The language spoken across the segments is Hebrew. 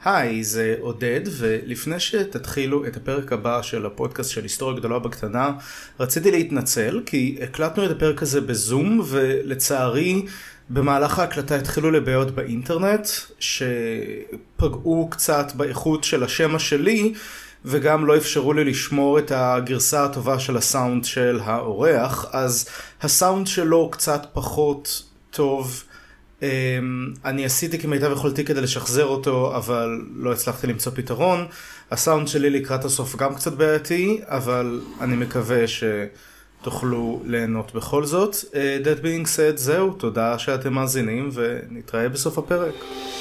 היי, זה עודד, ולפני שתתחילו את הפרק הבא של הפודקאסט של היסטוריה גדולה בקטנה, רציתי להתנצל, כי הקלטנו את הפרק הזה בזום, ולצערי, במהלך ההקלטה התחילו לבעיות באינטרנט, שפגעו קצת באיכות של השם שלי, וגם לא אפשרו לי לשמור את הגרסה הטובה של הסאונד של האורח, אז הסאונד שלו קצת פחות טוב. אני עשיתי כמיטב יכולתי כדי לשחזר אותו, אבל לא הצלחתי למצוא פתרון. הסאונד שלי לקראת הסוף גם קצת בעייתי, אבל אני מקווה שתוכלו ליהנות בכל זאת. That being said, זהו, תודה שאתם מאזינים ונתראה בסוף הפרק.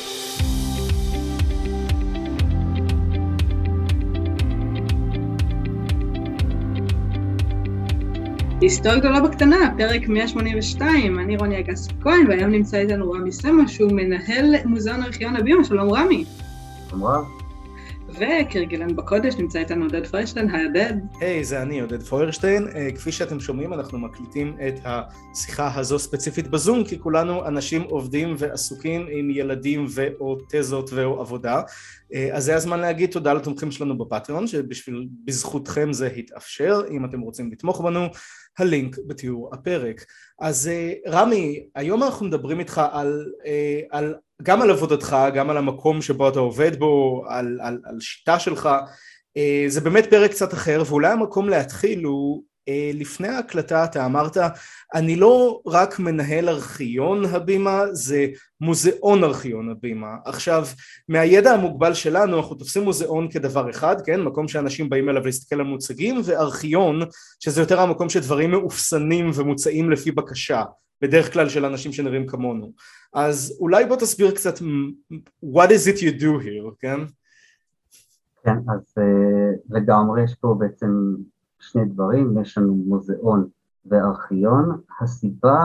היסטוריה גדולה בקטנה, פרק 182, אני רוני אגס כהן, והיום נמצא איתנו רמי סמו, שהוא מנהל מוזיאון ארכיון הבימה. שלום רמי. שלום רב. וכרגלנו בקודש נמצא איתנו עודד פוירשטיין. היי עודד. היי, זה אני עודד פוירשטיין. כפי שאתם שומעים, אנחנו מקליטים את השיחה הזו ספציפית בזום, כי כולנו אנשים עובדים ועסוקים עם ילדים ואו תזות ואו עבודה. אז זה הזמן להגיד תודה לתומכים שלנו בפטריון, שבזכותכם זה התאפשר. אם אתם רוצים לתמוך בנו, הלינק בתיאור הפרק. אז רמי, היום אנחנו מדברים איתך גם על עבודתך, גם על המקום שבו אתה עובד בו, על שיטה שלך. זה באמת פרק קצת אחר, ואולי המקום להתחיל הוא, לפני ההקלטה אתה אמרת, אני לא רק מנהל ארכיון הבימה, זה מוזיאון ארכיון הבימה. עכשיו, מהידע המוגבל שלנו, אנחנו תופסים מוזיאון כדבר אחד, כן? מקום שאנשים באים אליו להסתכל על מוצגים, וארכיון, שזה יותר המקום שדברים מאופסנים ומוצאים לפי בקשה, בדרך כלל של אנשים שנראים כמונו. אז אולי בוא תסביר קצת, what is it you do here, כן? כן, אז לגמרי יש פה בעצם שני דברים, יש לנו מוזיאון וארכיון. הסיבה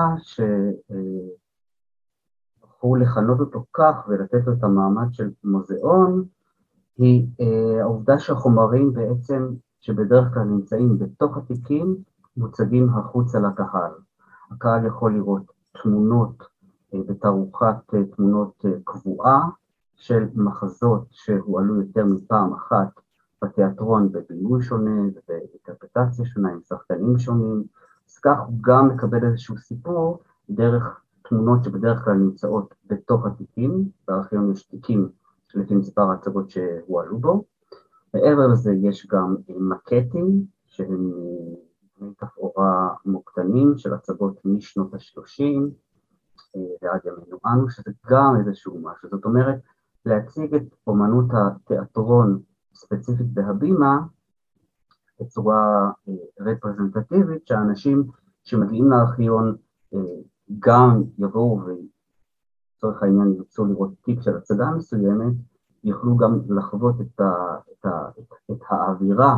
שבחרו לכנות אותו כך ולתת לו את המעמד של מוזיאון, היא העובדה שהחומרים בעצם שבדרך כלל נמצאים בתוך התיקים, מוצגים החוצה לקהל. הקהל יכול לראות תמונות בתערוכת תמונות קבועה של מחזות שהועלו יותר מפעם אחת בתיאטרון בבימוי שונה ובאינטרפטציה שונה עם שחקנים שונים. אז כך הוא גם מקבל איזשהו סיפור דרך תמונות שבדרך כלל נמצאות בתוך התיקים. בארכיון יש תיקים שלפי מספר ההצגות שהועלו בו. מעבר לזה יש גם מקטים שהם תפאורה מוקטנים של הצגות משנות ה-30 ועד ימינו אנו, שזה גם איזשהו משהו. זאת אומרת, להציג את אומנות התיאטרון ספציפית בהבימה בצורה רפרזנטטיבית, שהאנשים שמגיעים לארכיון גם יבואו וצורך העניין ירצו לראות תיק של הצגה מסוימת, יוכלו גם לחוות את האווירה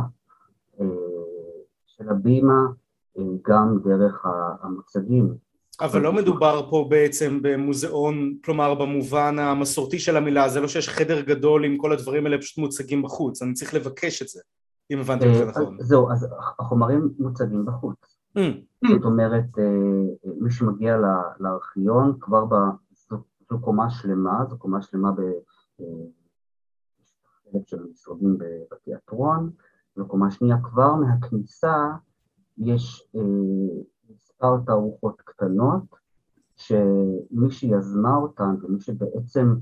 של הבימה גם דרך המוצגים. אבל לא מדובר פה בעצם במוזיאון, כלומר במובן המסורתי של המילה, זה לא שיש חדר גדול עם כל הדברים האלה פשוט מוצגים בחוץ, אני צריך לבקש את זה, אם הבנתי את זה נכון. זהו, אז החומרים מוצגים בחוץ. זאת אומרת, מי שמגיע לארכיון כבר זו קומה שלמה, זו קומה שלמה בחלק של המשרדים בתיאטרון, זו קומה שנייה כבר מהכניסה, יש מספר תערוכות קטנות, שמי שיזמה אותן ומי שבעצם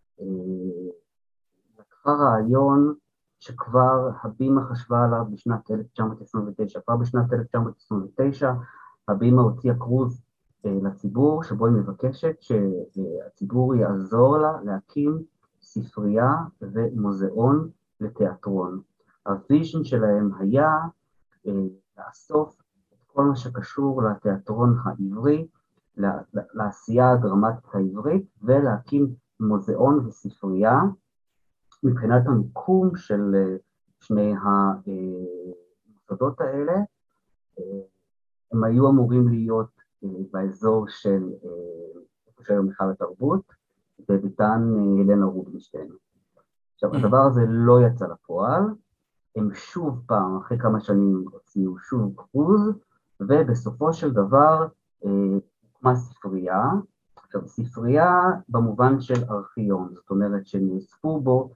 לקחה רעיון שכבר הבימה חשבה עליו בשנת 1929, כבר בשנת 1929 הבימה הוציאה כרוז לציבור, שבו היא מבקשת שהציבור יעזור לה להקים ספרייה ומוזיאון לתיאטרון. הוויז'ן שלהם היה לאסוף כל מה שקשור לתיאטרון העברי, לעשייה הדרמטית העברית, ולהקים מוזיאון וספרייה. מבחינת המיקום של שני המוסדות האלה, הם היו אמורים להיות באזור של היכל התרבות, וביתן הלנה רובינשטיין. עכשיו, הדבר הזה לא יצא לפועל, הם שוב פעם, אחרי כמה שנים הוציאו שוב כרוז, ובסופו של דבר הוקמה ספרייה. עכשיו, ספרייה במובן של ארכיון, זאת אומרת שנאספו בו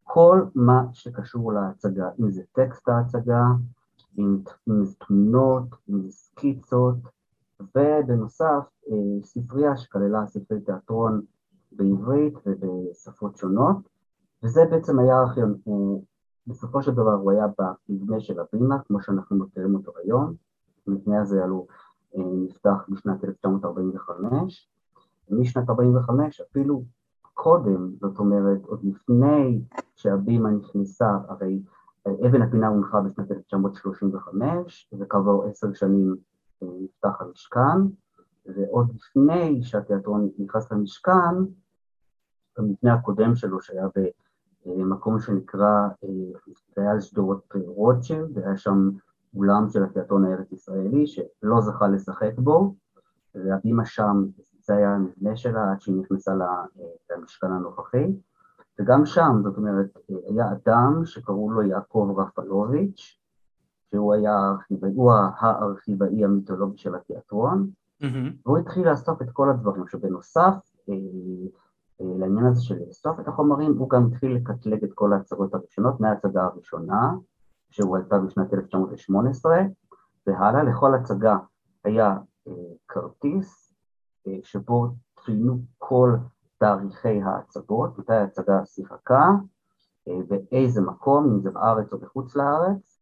כל מה שקשור להצגה, אם זה טקסט ההצגה, אם זה תמונות, אם זה סקיצות, ובנוסף ספרייה שכללה ספרי תיאטרון בעברית ובשפות שונות, וזה בעצם היה הארכיון. בסופו של דבר הוא היה במבנה של הבימה, כמו שאנחנו מכירים אותו היום. המבנה הזה נפתח בשנת 1945, ומשנת 45 אפילו קודם, זאת אומרת, עוד לפני שהבימה נכנסה, הרי אבן הפינה הונחה בשנת 1935, וכעבור 10 שנים נפתח המשכן, ועוד לפני שהתיאטרון נכנס למשכן, במבנה הקודם שלו שהיה במקום שנקרא, זה היה שדרות רוטשילד, זה היה שם אולם של התיאטרון הארץ ישראלי, שלא זכה לשחק בו, והבימה שם, זה היה המבנה שלה עד שהיא נכנסה למשכן הנוכחי, וגם שם, זאת אומרת, היה אדם שקראו לו יעקב רפלוביץ', שהוא היה הארכיבאי המיתולוגי של התיאטרון, והוא התחיל לאסוף את כל הדברים, שבנוסף לעניין הזה של לאסוף את החומרים, הוא גם התחיל לקטלג את כל ההצגות הראשונות, מההצגה הראשונה, שהוא הייתה בשנת 1918, והלאה לכל הצגה היה כרטיס, שבו ציינו כל תאריכי ההצגות, מתי ההצגה שיחקה, באיזה מקום, אם זה בארץ או בחוץ לארץ,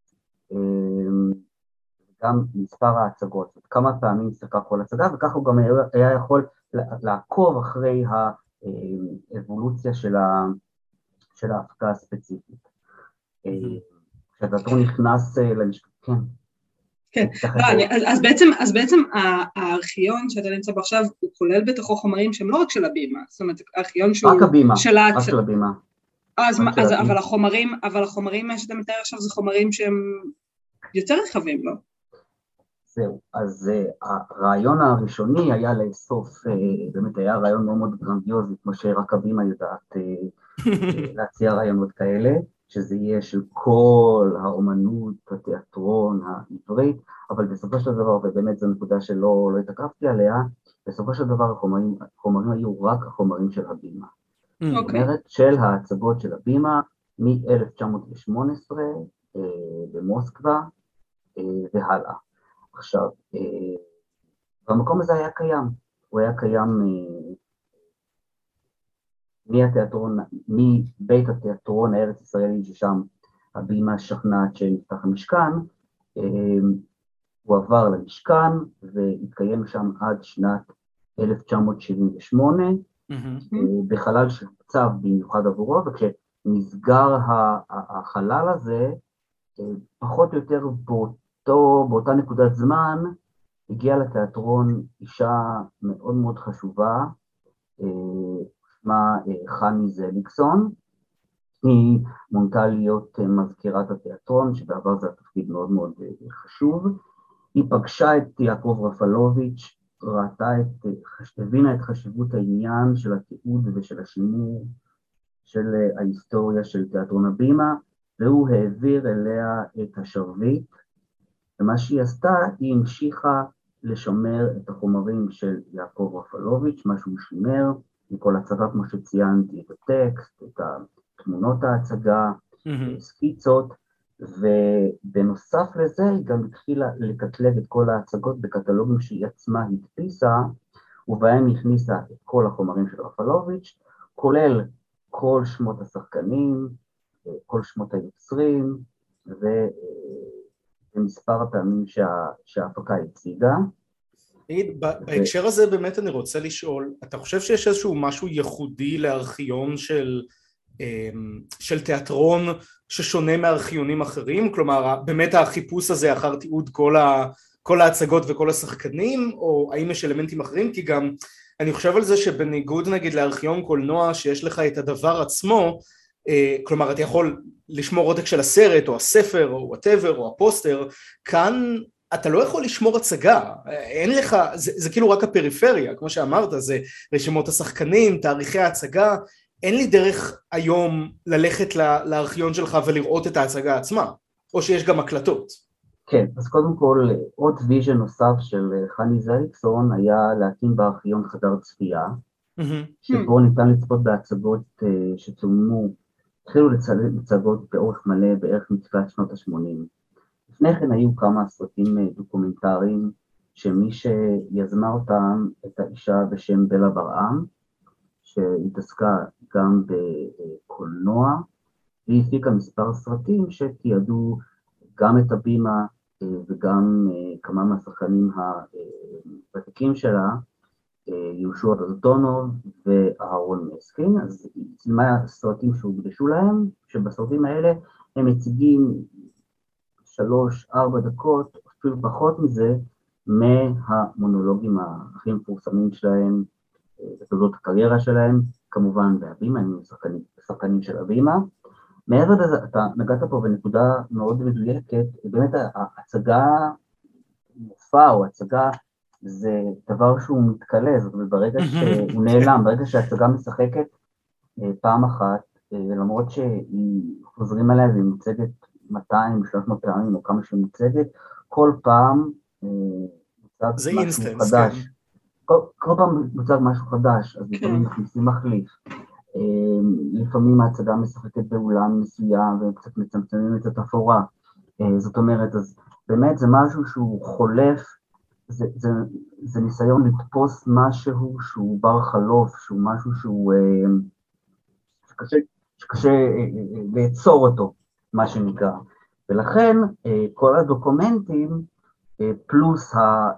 גם מספר ההצגות, כמה פעמים שיחקה כל הצגה, וככה הוא גם היה יכול לעקוב אחרי האבולוציה של ההפקה הספציפית. כשהתיאטרון נכנס למשכן, כן. כן, אז בעצם הארכיון שאתה נמצא בו עכשיו, הוא כולל בתוכו חומרים שהם לא רק של הבימה, זאת אומרת, הארכיון שהוא... רק הבימה, רק של הבימה. אבל החומרים שאתה מתאר עכשיו זה חומרים שהם יותר רחבים, לא? זהו, אז הרעיון הראשוני היה לאסוף, באמת היה רעיון מאוד מאוד גרנדיוזי, כמו שרק הבימה יודעת להציע רעיונות כאלה, שזה יהיה של כל האומנות, התיאטרון, העברית, אבל בסופו של דבר, ובאמת זו נקודה שלא התעכבתי עליה, בסופו של דבר החומרים היו רק החומרים של הבימה. זאת אומרת, של ההצגות של הבימה מ-1918 במוסקבה והלאה. עכשיו, והמקום הזה היה קיים, הוא היה קיים מבית התיאטרון הארץ ישראלי, ששם הבימה שכנעת שנפתח המשכן, הוא עבר למשכן והתקיים שם עד שנת 1978, בחלל שצב במיוחד עבורו, וכשנסגר החלל הזה, פחות או יותר באותה נקודת זמן, הגיעה לתיאטרון אישה מאוד מאוד חשובה, שמה חני זליקסון, היא מונתה להיות מזכירת התיאטרון, שבעבר זה התפקיד מאוד מאוד חשוב, היא פגשה את יעקב רפלוביץ', הבינה את חשיבות העניין של התיעוד ושל השימור של ההיסטוריה של תיאטרון הבימה, והוא העביר אליה את השרביט, ומה שהיא עשתה, היא המשיכה לשמר את החומרים של יעקב רפלוביץ', מה שהוא שימר, מכל הצגה, כמו שציינתי, את הטקסט, את תמונות ההצגה, סקיצות, ובנוסף לזה היא גם התחילה לקטלג את כל ההצגות בקטלוגים שהיא עצמה הדפיסה, ובהם הכניסה את כל החומרים של רפלוביץ', כולל כל שמות השחקנים, כל שמות היוצרים, ומספר הפעמים שההפקה הציגה. בהקשר הזה באמת אני רוצה לשאול, אתה חושב שיש איזשהו משהו ייחודי לארכיון של תיאטרון ששונה מארכיונים אחרים? כלומר, באמת החיפוש הזה אחר תיעוד כל ההצגות וכל השחקנים, או האם יש אלמנטים אחרים? כי גם אני חושב על זה שבניגוד נגיד לארכיון קולנוע שיש לך את הדבר עצמו, כלומר אתה יכול לשמור עותק של הסרט או הספר או whatever או הפוסטר, כאן אתה לא יכול לשמור הצגה, אין לך, זה כאילו רק הפריפריה, כמו שאמרת, זה רשימות השחקנים, תאריכי ההצגה, אין לי דרך היום ללכת לארכיון שלך ולראות את ההצגה עצמה, או שיש גם הקלטות. כן, אז קודם כל, עוד ויז'ן נוסף של חני זליקסון היה להקים בארכיון חדר צפייה, שבו ניתן לצפות בהצגות שצולמו התחילו לצגות באורך מלא בערך מתחילת שנות ה-80. לפני כן היו כמה סרטים דוקומנטריים, שמי שיזמה אותם את האישה בשם בלה ברעם, שהתעסקה גם בקולנוע, והיא הפיקה מספר סרטים שתיעדו גם את הבימה וגם כמה מהשחקנים הוותיקים שלה, יהושע דודונוב ואהרון מסקין. אז היא צילמה סרטים שהוקדשו להם, שבסרטים האלה הם מציגים 3-4 דקות, אפילו פחות מזה, מהמונולוגים הכי מפורסמים שלהם, בתולדות הקריירה שלהם, כמובן בהבימה, הם שחקנים של הבימה. מעבר לזה, אתה נגעת פה בנקודה מאוד מדויקת, באמת ההצגה, מופע או הצגה, זה דבר שהוא מתקלה, זאת אומרת, ברגע שהוא נעלם, ברגע שההצגה משחקת פעם אחת, למרות שהיא חוזרים עליה והיא מוצגת 200-300 פעמים או כמה שהיא מוצגת, כל פעם מוצג משהו חדש. כל פעם מוצג משהו חדש, אז לפעמים מכניסים מחליף. לפעמים ההצגה משחקת באולם מסוים וקצת מצמצמים את התפאורה. זאת אומרת, אז באמת זה משהו שהוא חולף, זה ניסיון לתפוס משהו שהוא בר חלוף, שהוא משהו שהוא שקשה לעצור אותו, מה שנקרא. ולכן כל הדוקומנטים פלוס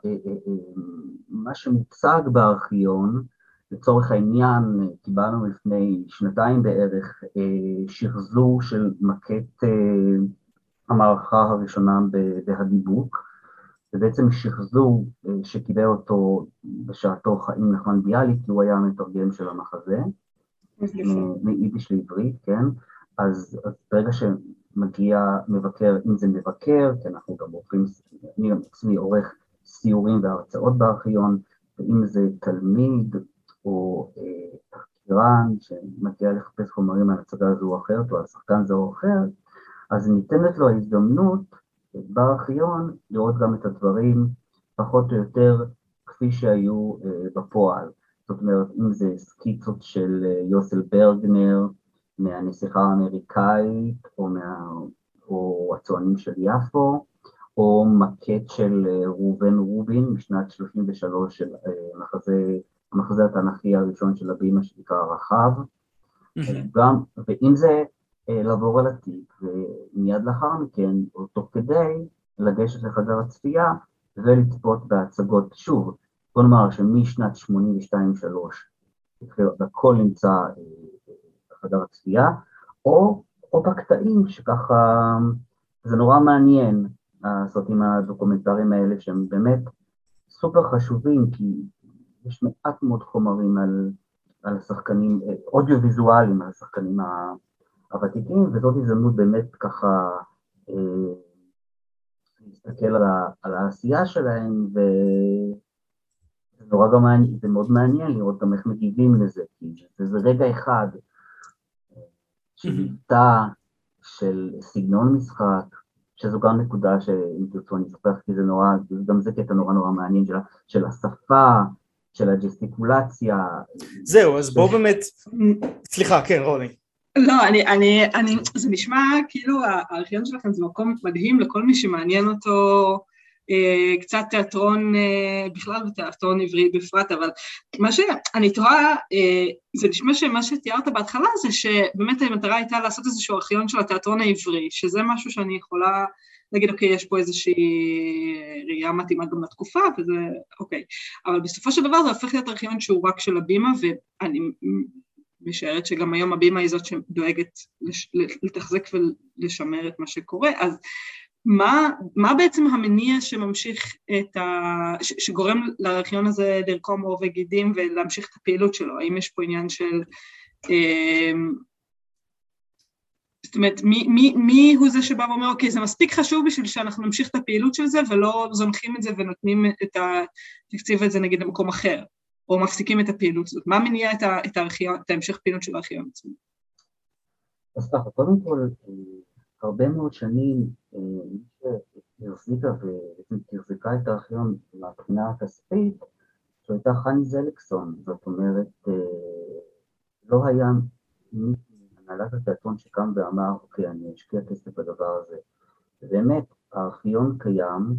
מה שמוצג בארכיון, לצורך העניין קיבלנו לפני 2 בערך שחזור של מקט המערכה הראשונה בהדיבוק, זה בעצם שחזור שקיבל אותו בשעתו חיים נחמן ביאליק, כי הוא היה המתרגם של המחזה, מיידיש לעברית, כן? אז ברגע שמגיע מבקר, אם זה מבקר, כי אנחנו גם עורכים, אני עצמי עורך סיורים והרצאות בארכיון, ואם זה תלמיד או תחקירן שמגיע לחפש חומרים על הצגה זו או אחרת, או על שחקן זו או אחר, אז ניתנת לו ההזדמנות בארכיון לראות גם את הדברים פחות או יותר כפי שהיו בפועל. זאת אומרת, אם זה סקיצות של יוסל ברגנר מהנסיכה האמריקאית, או הצוענים של יפו, או מקט של ראובן רובין משנת 33 של המחזה התנ"כי הראשון של הבימה שנקרא רחב, ואם זה לעבור על התיק, ומיד לאחר מכן, או תוך כדי, לגשת לחדר הצפייה ולצפות בהצגות. שוב, בוא נאמר שמשנת 82-3 הכל נמצא בחדר הצפייה, או בקטעים שככה, זה נורא מעניין, הסרטים הדוקומנטריים האלה שהם באמת סופר חשובים, כי יש מעט מאוד חומרים על השחקנים, אודיו-ויזואליים על השחקנים הוותיקים, וזאת הזדמנות באמת ככה להסתכל על העשייה שלהם, וזה מאוד מעניין לראות גם איך מגיבים לזה, כי זה רגע אחד שיטה של סגנון משחק, שזו גם נקודה שאם תרצו אני אספר, כי זה נורא, גם זה קטע נורא מעניין של השפה, של הג'סטיקולציה. זהו, אז בואו באמת, סליחה, כן, רוני. לא, זה נשמע כאילו הארכיון שלכם זה מקום מדהים לכל מי שמעניין אותו קצת תיאטרון בכלל ותיאטרון עברי בפרט, אבל מה שאני תוהה, זה נשמע שמה שתיארת בהתחלה זה שבאמת המטרה הייתה לעשות איזשהו ארכיון של התיאטרון העברי, שזה משהו שאני יכולה להגיד, אוקיי, יש פה איזושהי ראייה מתאימה גם לתקופה, וזה אוקיי, אבל בסופו של דבר זה הופך להיות ארכיון שהוא רק של הבימה, ואני משערת שגם היום הבימה היא זאת שדואגת לתחזק ולשמר את מה שקורה, אז מה בעצם המניע שממשיך שגורם לארכיון הזה לרקום עור וגידים ולהמשיך את הפעילות שלו? האם יש פה עניין של, זאת אומרת, מי הוא זה שבא ואומר, אוקיי, זה מספיק חשוב בשביל שאנחנו נמשיך את הפעילות של זה, ולא זונחים את זה ונותנים את התקציב הזה נגיד למקום אחר, או מפסיקים את הפעילות הזאת? מה מניע את ההמשך פעילות של הארכיון עצמו? אז ככה, קודם כל, הרבה מאוד שנים מי שהחזיקה ותחזיקה את הארכיון מהבחינה הכספית, שהייתה חני זליקסון, זאת אומרת, לא היה מי הנהלת התיאטרון שקם ואמר, אוקיי, אני אשקיע כסף בדבר הזה. ובאמת, הארכיון קיים,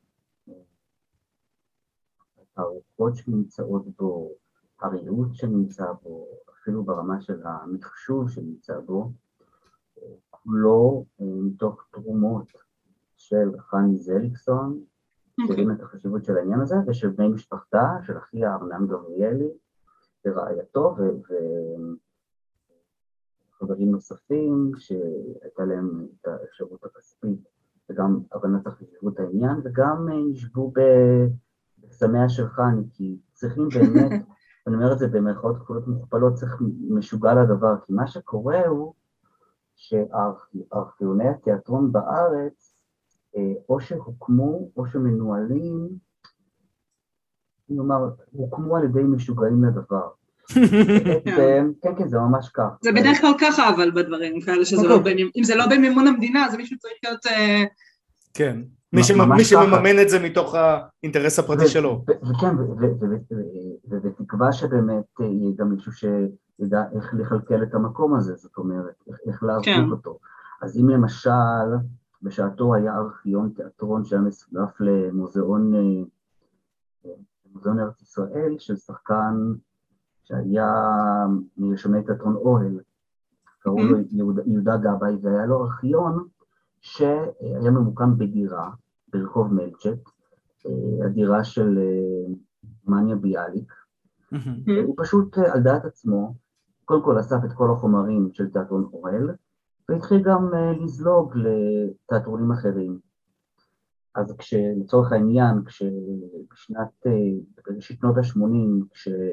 הארוחות שנמצאות בו, הריהוט שנמצא בו, אפילו ברמה של המחשוב שנמצא בו, כולו מתוך תרומות של חני זליקסון, שהבין את החשיבות של העניין הזה, ושל בני משפחתה, של אחיה ארנן גבריאלי, ורעייתו, וחברים נוספים, שהייתה להם את האפשרות הכספית, וגם הבנת החשיבות העניין, וגם נשבו בסמיה של חני, כי צריכים באמת, אני אומר את זה במרכאות כפולות מוכפלות, צריך משוגע לדבר, כי מה שקורה הוא, שארכיוני התיאטרון בארץ, או שהוקמו, או שמנוהלים, נאמר, הוקמו על ידי משוגעים לדבר. כן, כן, זה ממש כך. זה בדרך כלל ככה, אבל בדברים כאלה, אם זה לא במימון המדינה, אז מישהו צריך להיות... כן, מי שמממן את זה מתוך האינטרס הפרטי שלו. וכן, ובתקווה שבאמת יהיה גם מישהו שידע איך לחלקל את המקום הזה, זאת אומרת, איך להרחיב אותו. אז אם למשל, בשעתו היה ארכיון תיאטרון שהיה מסולף למוזיאון ארץ ישראל, של שחקן שהיה מיושבי תיאטרון אוהל, קראו לו יהודה גבאי, והיה לו ארכיון שהיה ממוקם בדירה, ברחוב מלצ'ט, הדירה של מניה ביאליק, הוא פשוט על דעת עצמו, קודם כל אסף את כל החומרים של תיאטרון אוהל, והתחיל גם לזלוג לתיאטרונים אחרים. אז לצורך העניין, בשנות ה-80,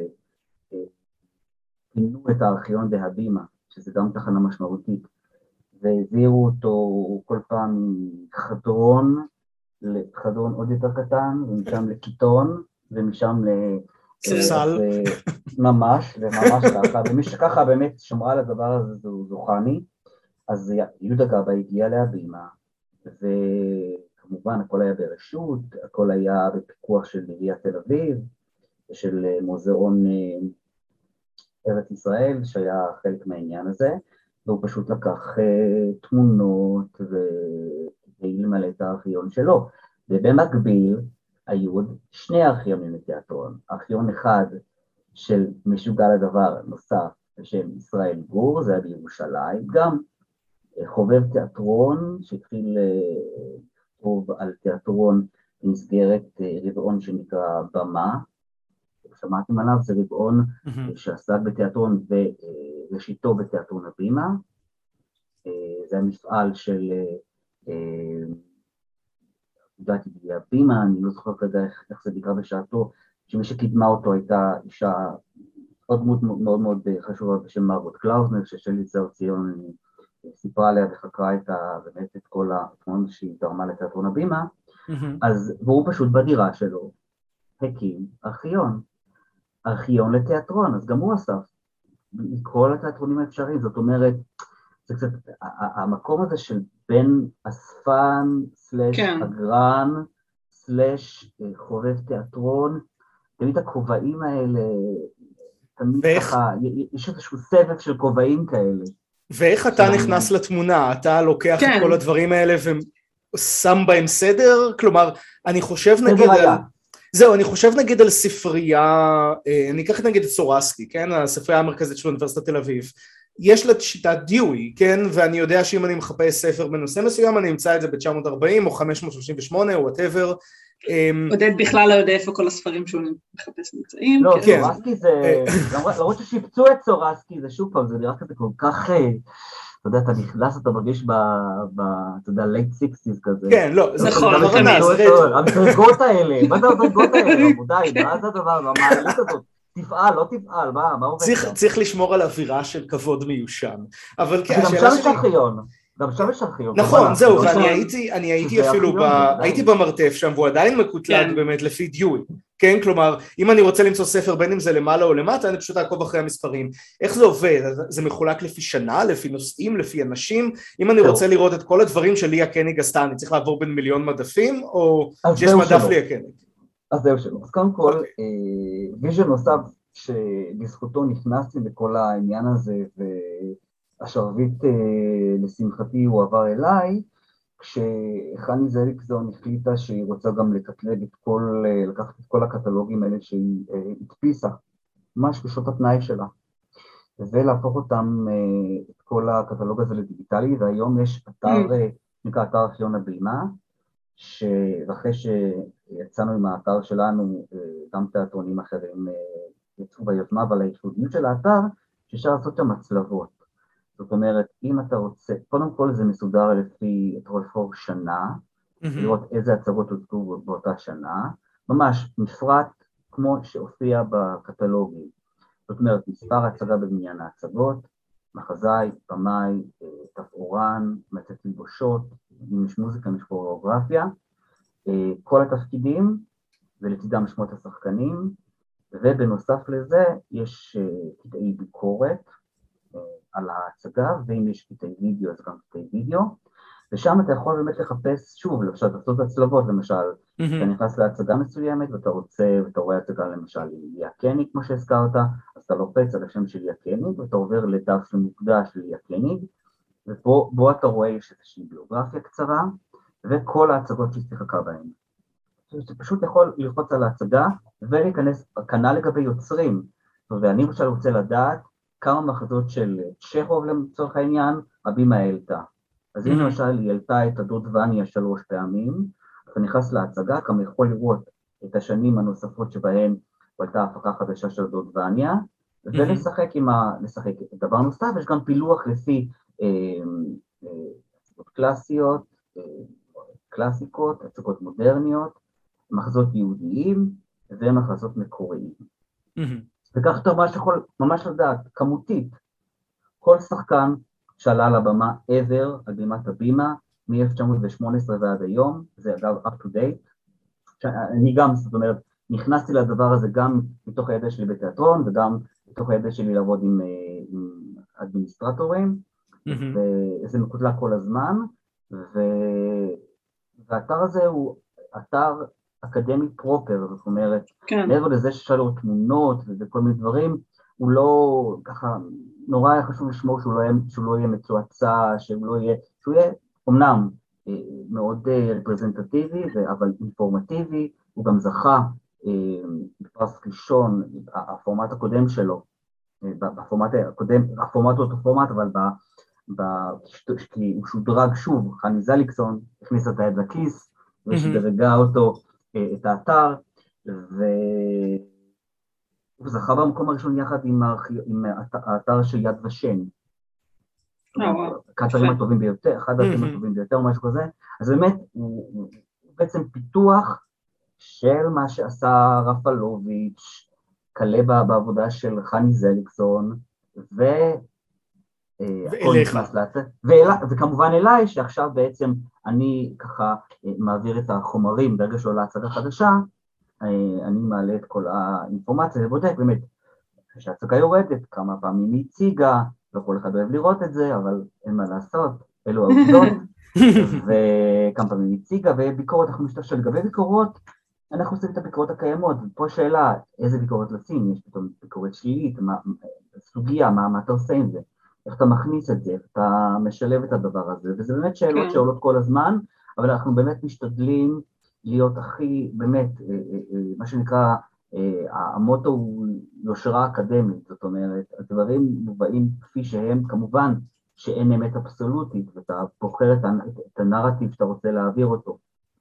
כשפינו את הארכיון בהבימה, שזה גם תחנה משמעותית, והעבירו אותו כל פעם מחדרון לחדרון עוד יותר קטן, ומשם לכיתון, ומשם ספסל. ממש ככה, ומי שככה באמת שמרה על הדבר הזה זו חני, אז יהודה גבאי הגיע להבימה, וכמובן הכל היה ברשות, הכל היה בפיקוח של עיריית תל אביב, ושל מוזיאון ארץ ישראל, שהיה חלק מהעניין הזה, והוא פשוט לקח תמונות והלמלא את הארכיון שלו. ובמקביל היו עוד שני ארכיונים לתיאטרון, ארכיון אחד של משוגע לדבר נוסף, בשם ישראל גור, זה היה בירושלים, גם חובב תיאטרון שהתחיל לכתוב על תיאטרון במסגרת רבעון שנקרא במה, שמעתם עליו, זה רבעון שעסק בתיאטרון וראשיתו בתיאטרון הבימה, זה המפעל של הבימה, אני לא זוכר כרגע איך זה נקרא בשעתו, שמי שקידמה אותו הייתה אישה, עוד דמות מאוד מאוד חשובה בשם מרבוט קלאוזנר, ששלי זר ציון סיפרה עליה וחקרה באמת את כל התמונה שהיא תרמה לתיאטרון הבימה, והוא פשוט בדירה שלו הקים ארכיון לתיאטרון, אז גם הוא אסף כל התיאטרונים האפשריים, זאת אומרת, זה קצת, המקום הזה של בין אספן, סלש אגרן, סלש חובב תיאטרון, תמיד הכובעים האלה, תמיד ככה, יש איזשהו סבב של כובעים כאלה. ואיך אתה נכנס לתמונה? אתה לוקח את כל הדברים האלה ושם בהם סדר? כלומר, אני חושב נגיד על... זהו, אני חושב נגיד על ספרייה, אני אקח נגיד את סורסקי, כן? הספרייה המרכזית של אוניברסיטת תל אביב. יש לה שיטת דיואי, כן? ואני יודע שאם אני מחפש ספר בנושא מסוים, אני אמצא את זה ב-940 או 538 או whatever. עודד בכלל לא יודע איפה כל הספרים שהוא מחפש נמצאים. לא, סורסקי זה, למרות ששיפצו את סורסקי, זה שוב פעם, זה נראה כזה כל כך, אתה יודע, אתה נכנס, אתה מרגיש אתה יודע, late 60s כזה. כן, לא, זה נכון, המדרגות האלה, מה זה המדרגות האלה, עמודי, מה זה הדבר, המעלית הזאת, תפעל, לא תפעל, מה עובד? צריך לשמור על אווירה של כבוד מיושן, אבל כן, גם שם יש ארכיון. גם שם יש ארכיון. נכון, זהו, ואני הייתי אפילו, הייתי במרתף שם, והוא עדיין מקוטלג באמת לפי דיואי, כן? כלומר, אם אני רוצה למצוא ספר, בין אם זה למעלה או למטה, אני פשוט אעקוב אחרי המספרים. איך זה עובד? זה מחולק לפי שנה, לפי נושאים, לפי אנשים? אם אני רוצה לראות את כל הדברים שליה קניג עשתה, אני צריך לעבור בין מיליון מדפים, או שיש מדף ליה קניג? אז זהו שלא. אז קודם כל, ויז'ן נוסף, שבזכותו נכנסתי לכל העניין הזה, השרביט לשמחתי הוא עבר אליי, כשחני זליקזון החליטה שהיא רוצה גם לקטלג לקחת את כל הקטלוגים האלה שהיא הדפיסה, ממש בשעות הפנאי שלה, ולהפוך אותם, את כל הקטלוג הזה לדיגיטלי, והיום יש אתר, נקרא אתר ארכיון הבימה, ואחרי שיצאנו עם האתר שלנו, גם תיאטרונים אחרים יצאו ביוזמה, אבל הייחודיות של האתר, שאפשר לעשות שם הצלבות. זאת אומרת, אם אתה רוצה, קודם כל זה מסודר לפי, אתה יכול לבחור שנה, לראות איזה הצגות הוצגו באותה שנה, ממש מפרט כמו שהופיע בקטלוגים. זאת אומרת, מספר הצגה בבניין ההצגות, מחזאי, במאי, תפאורן, מצאת תלבושות, אם יש מוזיקה, יש קוריאוגרפיה, כל התפקידים, ולצידם שמות השחקנים, ובנוסף לזה יש קטעי ביקורת על ההצגה, ואם יש קטעי וידאו, אז גם קטעי וידאו, ושם אתה יכול באמת לחפש, שוב, למשל, לעשות הצלבות, למשל, אתה נכנס להצגה מסוימת, ואתה רואה הצגה למשל ליה קניג, כמו שהזכרת, אז אתה לוחץ על השם של ליה קניג, ואתה עובר לדף מוקדש לליה קניג, ובו אתה רואה יש איזושהי ביוגרפיה קצרה, וכל ההצגות שהיא שיחקה בהן. אתה פשוט יכול ללחוץ על ההצגה, ולהיכנס, כנ"ל לגבי יוצרים, ואני למשל רוצה לדעת כמה מחזות של צ'כוב לצורך העניין, הבימה העלתה. אז אם למשל היא העלתה את הדוד וניה 3 פעמים, אתה נכנס להצגה, גם יכול לראות את השנים הנוספות שבהן הייתה הפקה חדשה של דוד וניה, ולשחק לשחק. דבר נוסף, יש גם פילוח לפי הצגות קלאסיות, קלאסיקות, הצגות מודרניות, מחזות יהודיים ומחזות מקוריים. וכך אתה ממש יכול ממש לדעת, כמותית, כל שחקן שעלה על הבמה ever, על בימת הבימה, מ-1918 ועד היום, זה אגב up to date, אני גם, זאת אומרת, נכנסתי לדבר הזה גם מתוך הידע שלי בתיאטרון, וגם מתוך הידע שלי לעבוד עם אדמיניסטרטורים, וזה מקוטלג כל הזמן, והאתר הזה הוא אתר אקדמי פרופר, זאת אומרת, מעבר לזה ששאל לו תמונות וכל מיני דברים, הוא לא ככה, נורא היה חשוב לשמור שהוא לא יהיה מצועצע, שהוא יהיה אמנם מאוד רפרזנטטיבי, אבל אינפורמטיבי, הוא גם זכה בפרס ראשון, הפורמט הקודם שלו, בפורמט הקודם, הפורמט הוא אותו פורמט, אבל כי הוא שודרג שוב, חני זליקזון הכניס את היד לכיס, ושדרגה אותו את האתר, הוא זכה במקום הראשון יחד עם האתר של יד ושם. האתרים הטובים ביותר, אחד האתרים הטובים ביותר או משהו כזה, אז באמת הוא בעצם פיתוח של מה שעשה רפלוביץ', קלה בעבודה של חני זליקזון, וכמובן אליי, שעכשיו בעצם אני ככה מעביר את החומרים, ברגע שעולה הצגה חדשה, אני מעלה את כל האינפורמציה ובודק באמת, כשהצגה יורדת, כמה פעמים היא הציגה, לא כל אחד אוהב לראות את זה, אבל אין מה לעשות, אלו העובדות, וכמה פעמים היא הציגה, וביקורת, אנחנו משתמשים לגבי ביקורות, אנחנו עושים את הביקורות הקיימות, ופה שאלה, איזה ביקורת לשים, יש פתאום ביקורת שלילית, סוגיה, מה אתה עושה עם זה, איך אתה מכניס את זה, איך אתה משלב את הדבר הזה, וזה באמת שאלות שעולות כל הזמן, אבל אנחנו באמת משתדלים להיות הכי, באמת, מה שנקרא, המוטו הוא יושרה אקדמית, זאת אומרת, הדברים מובאים כפי שהם, כמובן שאין אמת אבסולוטית, ואתה בוחר את הנרטיב שאתה רוצה להעביר אותו,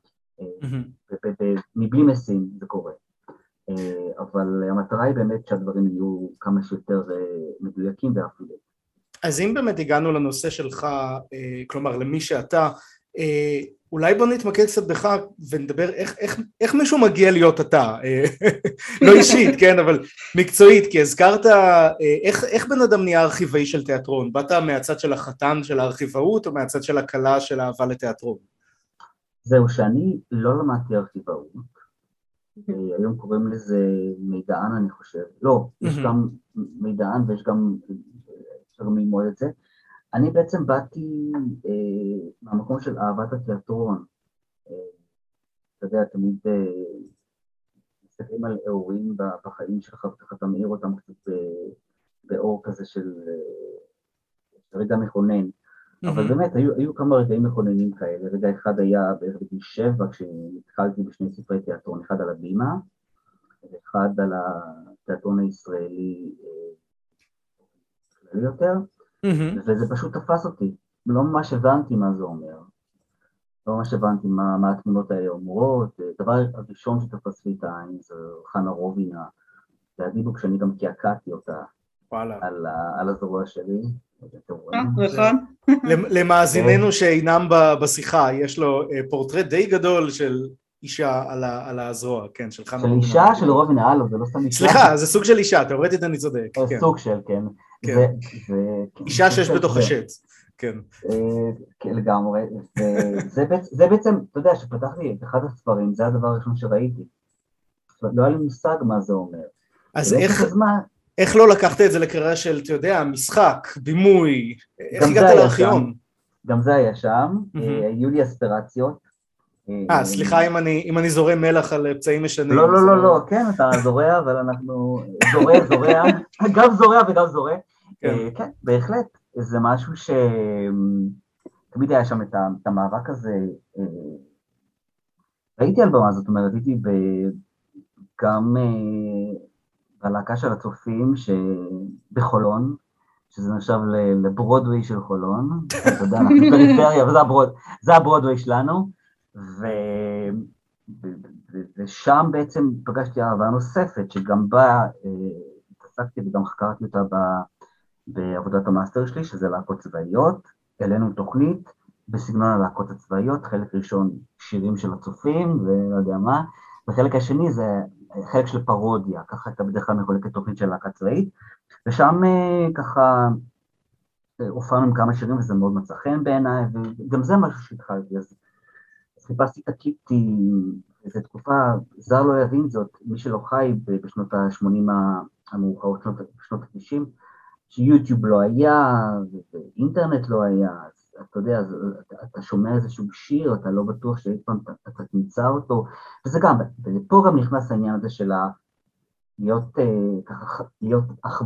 מבלי משים זה קורה, אבל המטרה היא באמת שהדברים יהיו כמה שיותר מדויקים ואפילו. אז אם באמת הגענו לנושא שלך, כלומר למי שאתה, אולי בוא נתמקד קצת בך ונדבר איך מישהו מגיע להיות אתה, לא אישית, כן, אבל מקצועית, כי הזכרת איך בן אדם נהיה ארכיבאי של תיאטרון, באת מהצד של החתן של הארכיבאות או מהצד של הכלה של האהבה לתיאטרון? זהו, שאני לא למדתי ארכיבאות, היום קוראים לזה מידען אני חושב, לא, יש גם מידען ויש גם, אפשר ללמוד את זה, אני בעצם באתי מהמקום של אהבת התיאטרון, אתה יודע, תמיד מסתכלים על אירועים בחיים שלך, וככה אתה מאיר אותם קצת באור כזה של רגע מכונן. אבל באמת, היו כמה רגעים מכוננים כאלה. רגע אחד היה בערך בגיל 7, כשנתקלתי בשני ספרי תיאטרון, אחד על הבימה, ואחד על התיאטרון הישראלי כללי יותר, וזה פשוט תפס אותי. לא ממש הבנתי מה זה אומר. לא ממש הבנתי מה התמונות האלה אומרות. הדבר הראשון שתפס לי את העין זה חנה רובינה, והדיבוק שאני גם קעקעתי אותה על הזרוע שלי. נכון. למאזיננו שאינם בשיחה, יש לו פורטרט די גדול של אישה על הזרוע, כן, של חנה רובינה. של אישה, של רובינה, זה לא סתם אישה. סליחה, זה סוג של אישה, תיאורטית אני צודק. סוג של, כן. אישה שיש בתוך השד. כן. לגמרי, זה בעצם, אתה יודע, שפתחתי את אחד הספרים, זה הדבר הראשון שראיתי. לא היה לי מושג מה זה אומר. אז איך לא לקחת את זה לקריירה של, אתה יודע, משחק, בימוי, איך הגעת לארכיון? גם זה היה שם, היו לי אספירציות. סליחה אם אני זורם מלח על פצעים משנים. לא, כן, אתה זורע, אבל אנחנו זורע, גם זורע וגם זורע. כן, בהחלט. זה משהו שתמיד היה שם את המאבק הזה, ראיתי על במה, זאת אומרת, הייתי גם בלהקה של הצופים בחולון, שזה נחשב לברודווי של חולון, אתה יודע, אנחנו פריפריה, וזה הברודווי שלנו, ושם בעצם פגשתי אהבה נוספת, שגם בה התעסקתי וגם חקרתי אותה בעבודת המאסטר שלי, שזה להקות צבאיות, אלינו תוכנית בסגנון הלהקות הצבאיות, חלק ראשון שירים של הצופים, ולא יודע מה, וחלק השני זה חלק של פרודיה, ככה אתה בדרך כלל מחולקת תוכנית של להקה צבאית, ושם ככה הופענו עם כמה שירים, וזה מאוד מצא חן בעיניי, וגם זה משהו שהתחלתי, אז חיפשתי את הקיפטי, זו תקופה, זר לא יבין זאת, מי שלא חי בשנות ה-80 המאוחרות, בשנות ה-90, שיוטיוב לא היה, ואינטרנט לא היה, אז אתה יודע, אתה שומע איזשהו שיר, אתה לא בטוח שאי פעם אתה תמצא אותו, וזה גם, ופה גם נכנס העניין הזה של להיות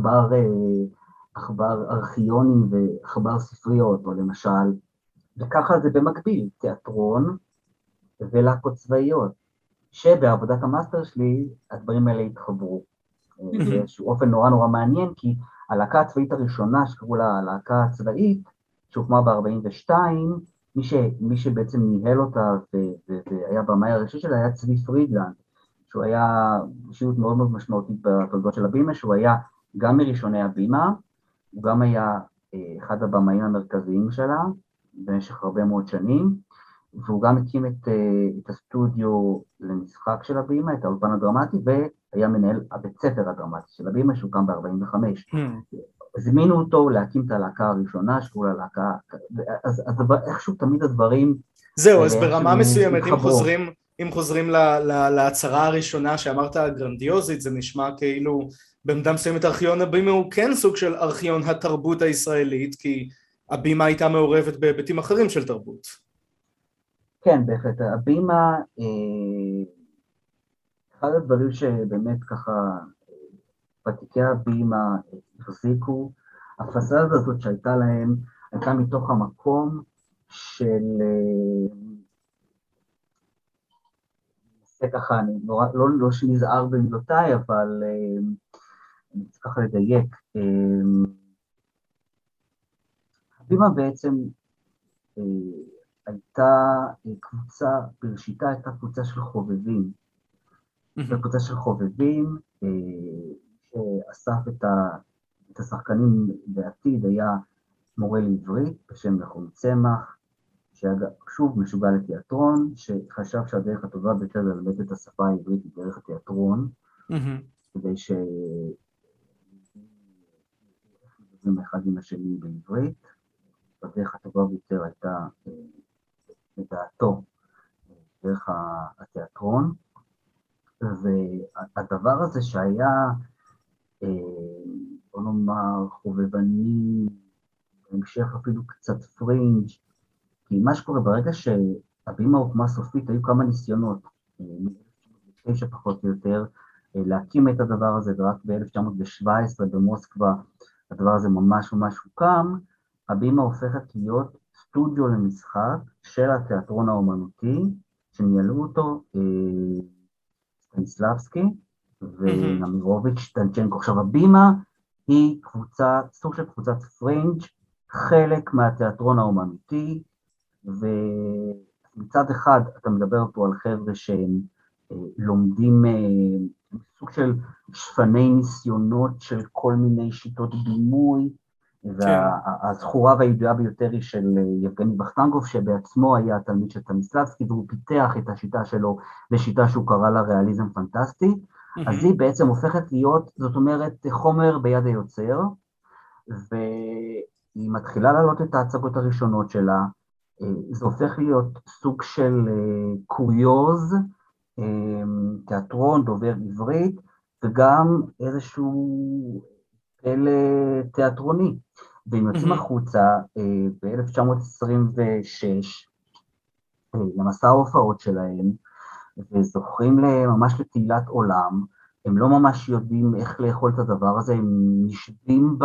עכבר ארכיונים ועכבר ספריות, או למשל, וככה זה במקביל, תיאטרון ולהקות צבאיות, שבעבודת המאסטר שלי הדברים האלה התחברו, באיזשהו אופן נורא נורא מעניין, כי הלהקה הצבאית הראשונה שקראו לה הלהקה הצבאית, שהוקמה ב-42, מי שבעצם ניהל אותה והיה במאי הראשי שלה היה צבי פרידלנד, שהוא היה אישיות מאוד מאוד משמעותית בתולדות של הבימה, שהוא היה גם מראשוני הבימה, הוא גם היה אחד הבמאים המרכזיים שלה במשך הרבה מאוד שנים, והוא גם הקים את הסטודיו למשחק של הבימה, את האולפן הדרמטי, והיה מנהל הבית ספר הדרמטי של הבימה, שהוא קם ב-45. הזמינו אותו להקים את הלהקה הראשונה, שקראו לה להקה, אז איכשהו תמיד הדברים... זהו, אז ברמה מסוימת, אם חוזרים להצהרה הראשונה שאמרת גרנדיוזית, זה נשמע כאילו במידה מסוימת ארכיון הבימה הוא כן סוג של ארכיון התרבות הישראלית, כי הבימה הייתה מעורבת בהיבטים אחרים של תרבות. כן, בהחלט, הבימה, אחד הדברים שבאמת ככה, ותיקי הבימה החזיקו, הפסאדה הזאת שהייתה להם, הייתה מתוך המקום של, זה ככה, אני לא שנזהר במילותיי, אבל אני צריך ככה לדייק. הבימה בעצם הייתה קבוצה, בראשיתה הייתה קבוצה של חובבים. קבוצה של חובבים, שאסף את השחקנים בעתיד, היה מורה לעברית בשם נחום צמח, ששוב משוגע לתיאטרון, שחשב שהדרך הטובה ביותר ללמד את השפה העברית היא דרך התיאטרון, כדי שידברים אחד עם השני בעברית, הדרך הטובה ביותר הייתה לדעתו דרך התיאטרון, והדבר הזה שהיה, בוא נאמר, חובבני, בהמשך אפילו קצת פרינג', כי מה שקורה ברגע שהבימה הוקמה סופית, היו כמה ניסיונות, מ-1909 פחות או יותר, להקים את הדבר הזה, ורק ב-1917 במוסקבה הדבר הזה ממש ממש הוקם, הבימה הופכת להיות סטודיו למשחק של התיאטרון האומנותי, שניהלו אותו סטניסלבסקי ונמירוביץ' טנצ'נקו. עכשיו, הבימה היא קבוצה, סוג של קבוצת פרינג', חלק מהתיאטרון האומנותי, ומצד אחד אתה מדבר פה על חבר'ה שהם לומדים סוג של שפני ניסיונות של כל מיני שיטות בימוי, והזכורה והידועה ביותר היא של יבגני וכטנגוב, שבעצמו היה תלמיד של סטניסלבסקי, והוא פיתח את השיטה שלו לשיטה שהוא קרא לה ריאליזם פנטסטי, אז היא בעצם הופכת להיות, זאת אומרת, חומר ביד היוצר, והיא מתחילה לעלות את ההצגות הראשונות שלה, זה הופך להיות סוג של קוריוז, תיאטרון דובר עברית, וגם איזשהו פלא תיאטרוני. והם יוצאים החוצה ב-1926, למסע ההופעות שלהם, וזוכרים ממש לתהילת עולם, הם לא ממש יודעים איך לאכול את הדבר הזה, הם נשבים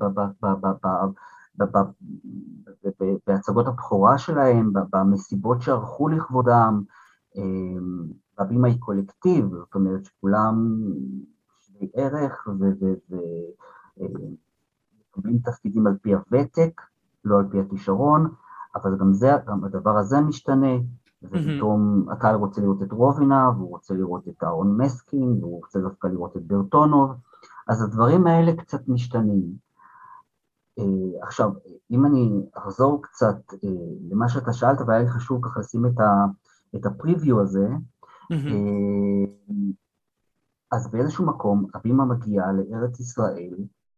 בהצגות הבכורה שלהם, במסיבות שערכו לכבודם, הבימה היא קולקטיב, זאת אומרת שכולם שווי ערך ומקבלים תפקידים על פי הוותק, לא על פי הכישרון, אבל גם הדבר הזה משתנה, ופתאום הקהל רוצה לראות את רובינה, והוא רוצה לראות את אהרון מסקין, והוא רוצה דווקא לראות את ברטונוב, אז הדברים האלה קצת משתנים. עכשיו, אם אני אחזור קצת למה שאתה שאלת, והיה לי חשוב ככה לשים את הפריוויו הזה, אז באיזשהו מקום, הבימה מגיעה לארץ ישראל,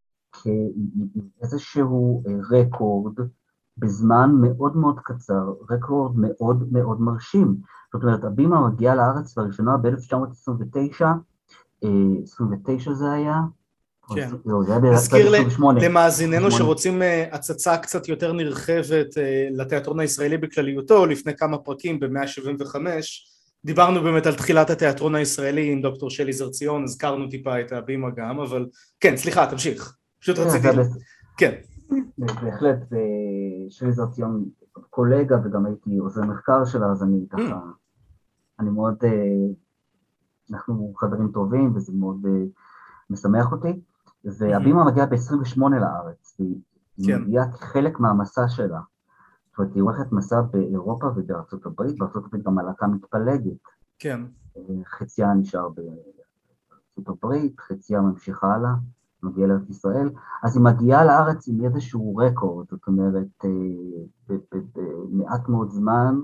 כאיזשהו רקורד, בזמן מאוד מאוד קצר, רקורד מאוד מאוד מרשים. זאת אומרת, הבימה מגיעה לארץ לראשונה ב-1929, 29 זה היה? כן. זה היה נזכיר ב-28. למאזיננו שרוצים הצצה קצת יותר נרחבת לתיאטרון הישראלי בכלליותו, לפני כמה פרקים ב-175, דיברנו באמת על תחילת התיאטרון הישראלי עם דוקטור שלי זרציון, הזכרנו טיפה את הבימה גם, אבל כן, סליחה, תמשיך. פשוט רציתי... כן. בהחלט, שלי זרציון קולגה, וגם הייתי עוזר מחקר שלה, אז אני ככה, אני מאוד, אנחנו חברים טובים, וזה מאוד משמח אותי, והבימה מגיעה ב-28 לארץ, היא מגיעה כחלק מהמסע שלה, זאת אומרת, היא הולכת מסע באירופה ובארצות הברית, בארצות הברית גם הלהקה מתפלגת, כן. חציה נשאר בארצות הברית, חציה ממשיכה הלאה, מגיעה לארץ ישראל, אז היא מגיעה לארץ עם איזשהו רקורד, זאת אומרת, במעט מאוד זמן,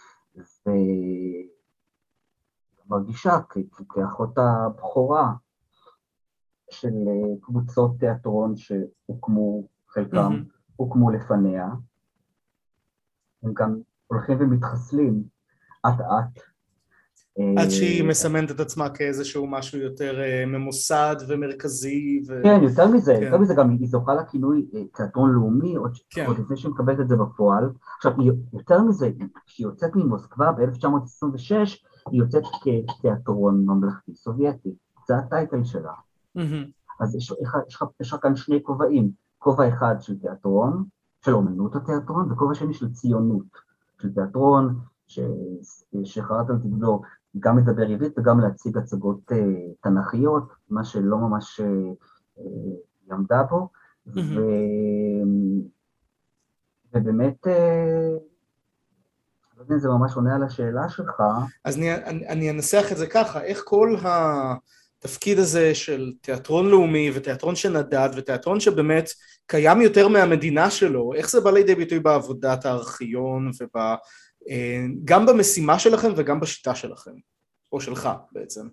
ומרגישה כאחות הבכורה של קבוצות תיאטרון שהוקמו, חלקם הוקמו לפניה, הם גם הולכים ומתחסלים, אט-אט, עד שהיא מסמנת את עצמה כאיזשהו משהו יותר ממוסד ומרכזי. כן, יותר מזה גם היא זוכה לכינוי תיאטרון לאומי, עוד לפני שהיא מקבלת את זה בפועל. עכשיו, יותר מזה, כשהיא יוצאת ממוסקבה ב-1926, היא יוצאת כתיאטרון ממלכתי סובייטי, זה הטייטל שלה. אז יש לך כאן שני כובעים, כובע אחד של תיאטרון, של אומנות התיאטרון, וכובע שני של ציונות, של תיאטרון, שחרת על תגלו, גם לדבר עברית וגם להציג הצגות תנכיות, מה שלא ממש יעמדה פה, ובאמת, לא יודע אם זה ממש עונה על השאלה שלך. אז אני אנסח את זה ככה, איך כל התפקיד הזה של תיאטרון לאומי ותיאטרון שנדד ותיאטרון שבאמת קיים יותר מהמדינה שלו, איך זה בא לידי ביטוי בעבודת הארכיון גם במשימה שלכם וגם בשיטה שלכם, או שלך בעצם?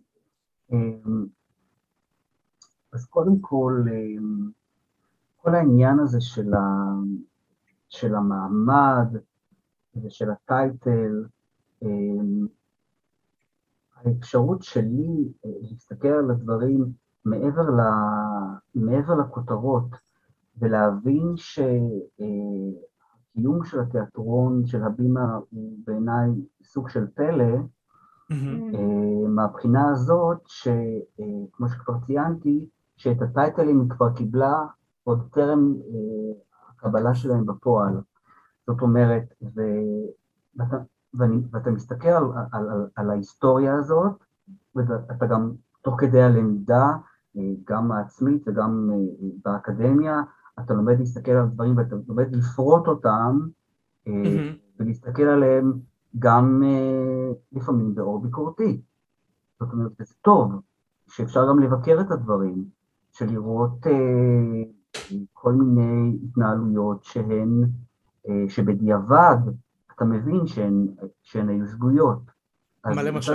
אז קודם כל, כל העניין הזה של המעמד ושל הטייטל, האפשרות שלי להסתכל על הדברים מעבר לכותרות, ולהבין קיום של התיאטרון, של הבימה, הוא בעיניי סוג של פלא, מהבחינה הזאת, שכמו שכבר ציינתי, שאת הטייטלים היא כבר קיבלה עוד טרם הקבלה שלהם בפועל. זאת אומרת, ואתה מסתכל על ההיסטוריה הזאת, ואתה גם תוך כדי הלמידה, גם העצמית וגם באקדמיה, אתה לומד להסתכל על דברים ואתה לומד לפרוט אותם, ולהסתכל עליהם גם לפעמים באור ביקורתי. זאת אומרת, זה טוב, שאפשר גם לבקר את הדברים, של לראות כל מיני התנהלויות שבדיעבד אתה מבין שהן היו שגויות. מה למשל?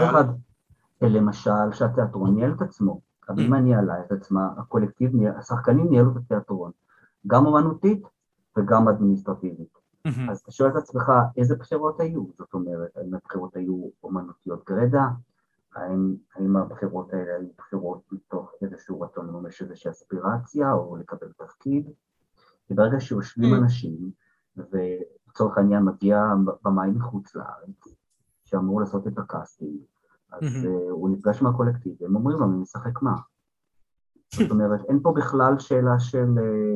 למשל שהתיאטרון ניהל את עצמו, הבימה ניהלה את עצמה, הקולקטיב, השחקנים ניהלו את התיאטרון, גם אומנותית וגם אדמיניסטרטיבית. אז אתה שואל את עצמך איזה בחירות היו, זאת אומרת, האם הבחירות היו אומנותיות גרידא, האם הבחירות האלה היו בחירות מתוך איזשהו רצון לממש איזושהי אספירציה או לקבל תפקיד, כי ברגע שיושבים אנשים, ולצורך העניין מגיע במאי מחוץ לארץ, שאמור לעשות את הקאסטינג, אז הוא נפגש מהקולקטיב, והם אומרים לו, אני משחק מה? זאת אומרת, אין פה בכלל שאלה של...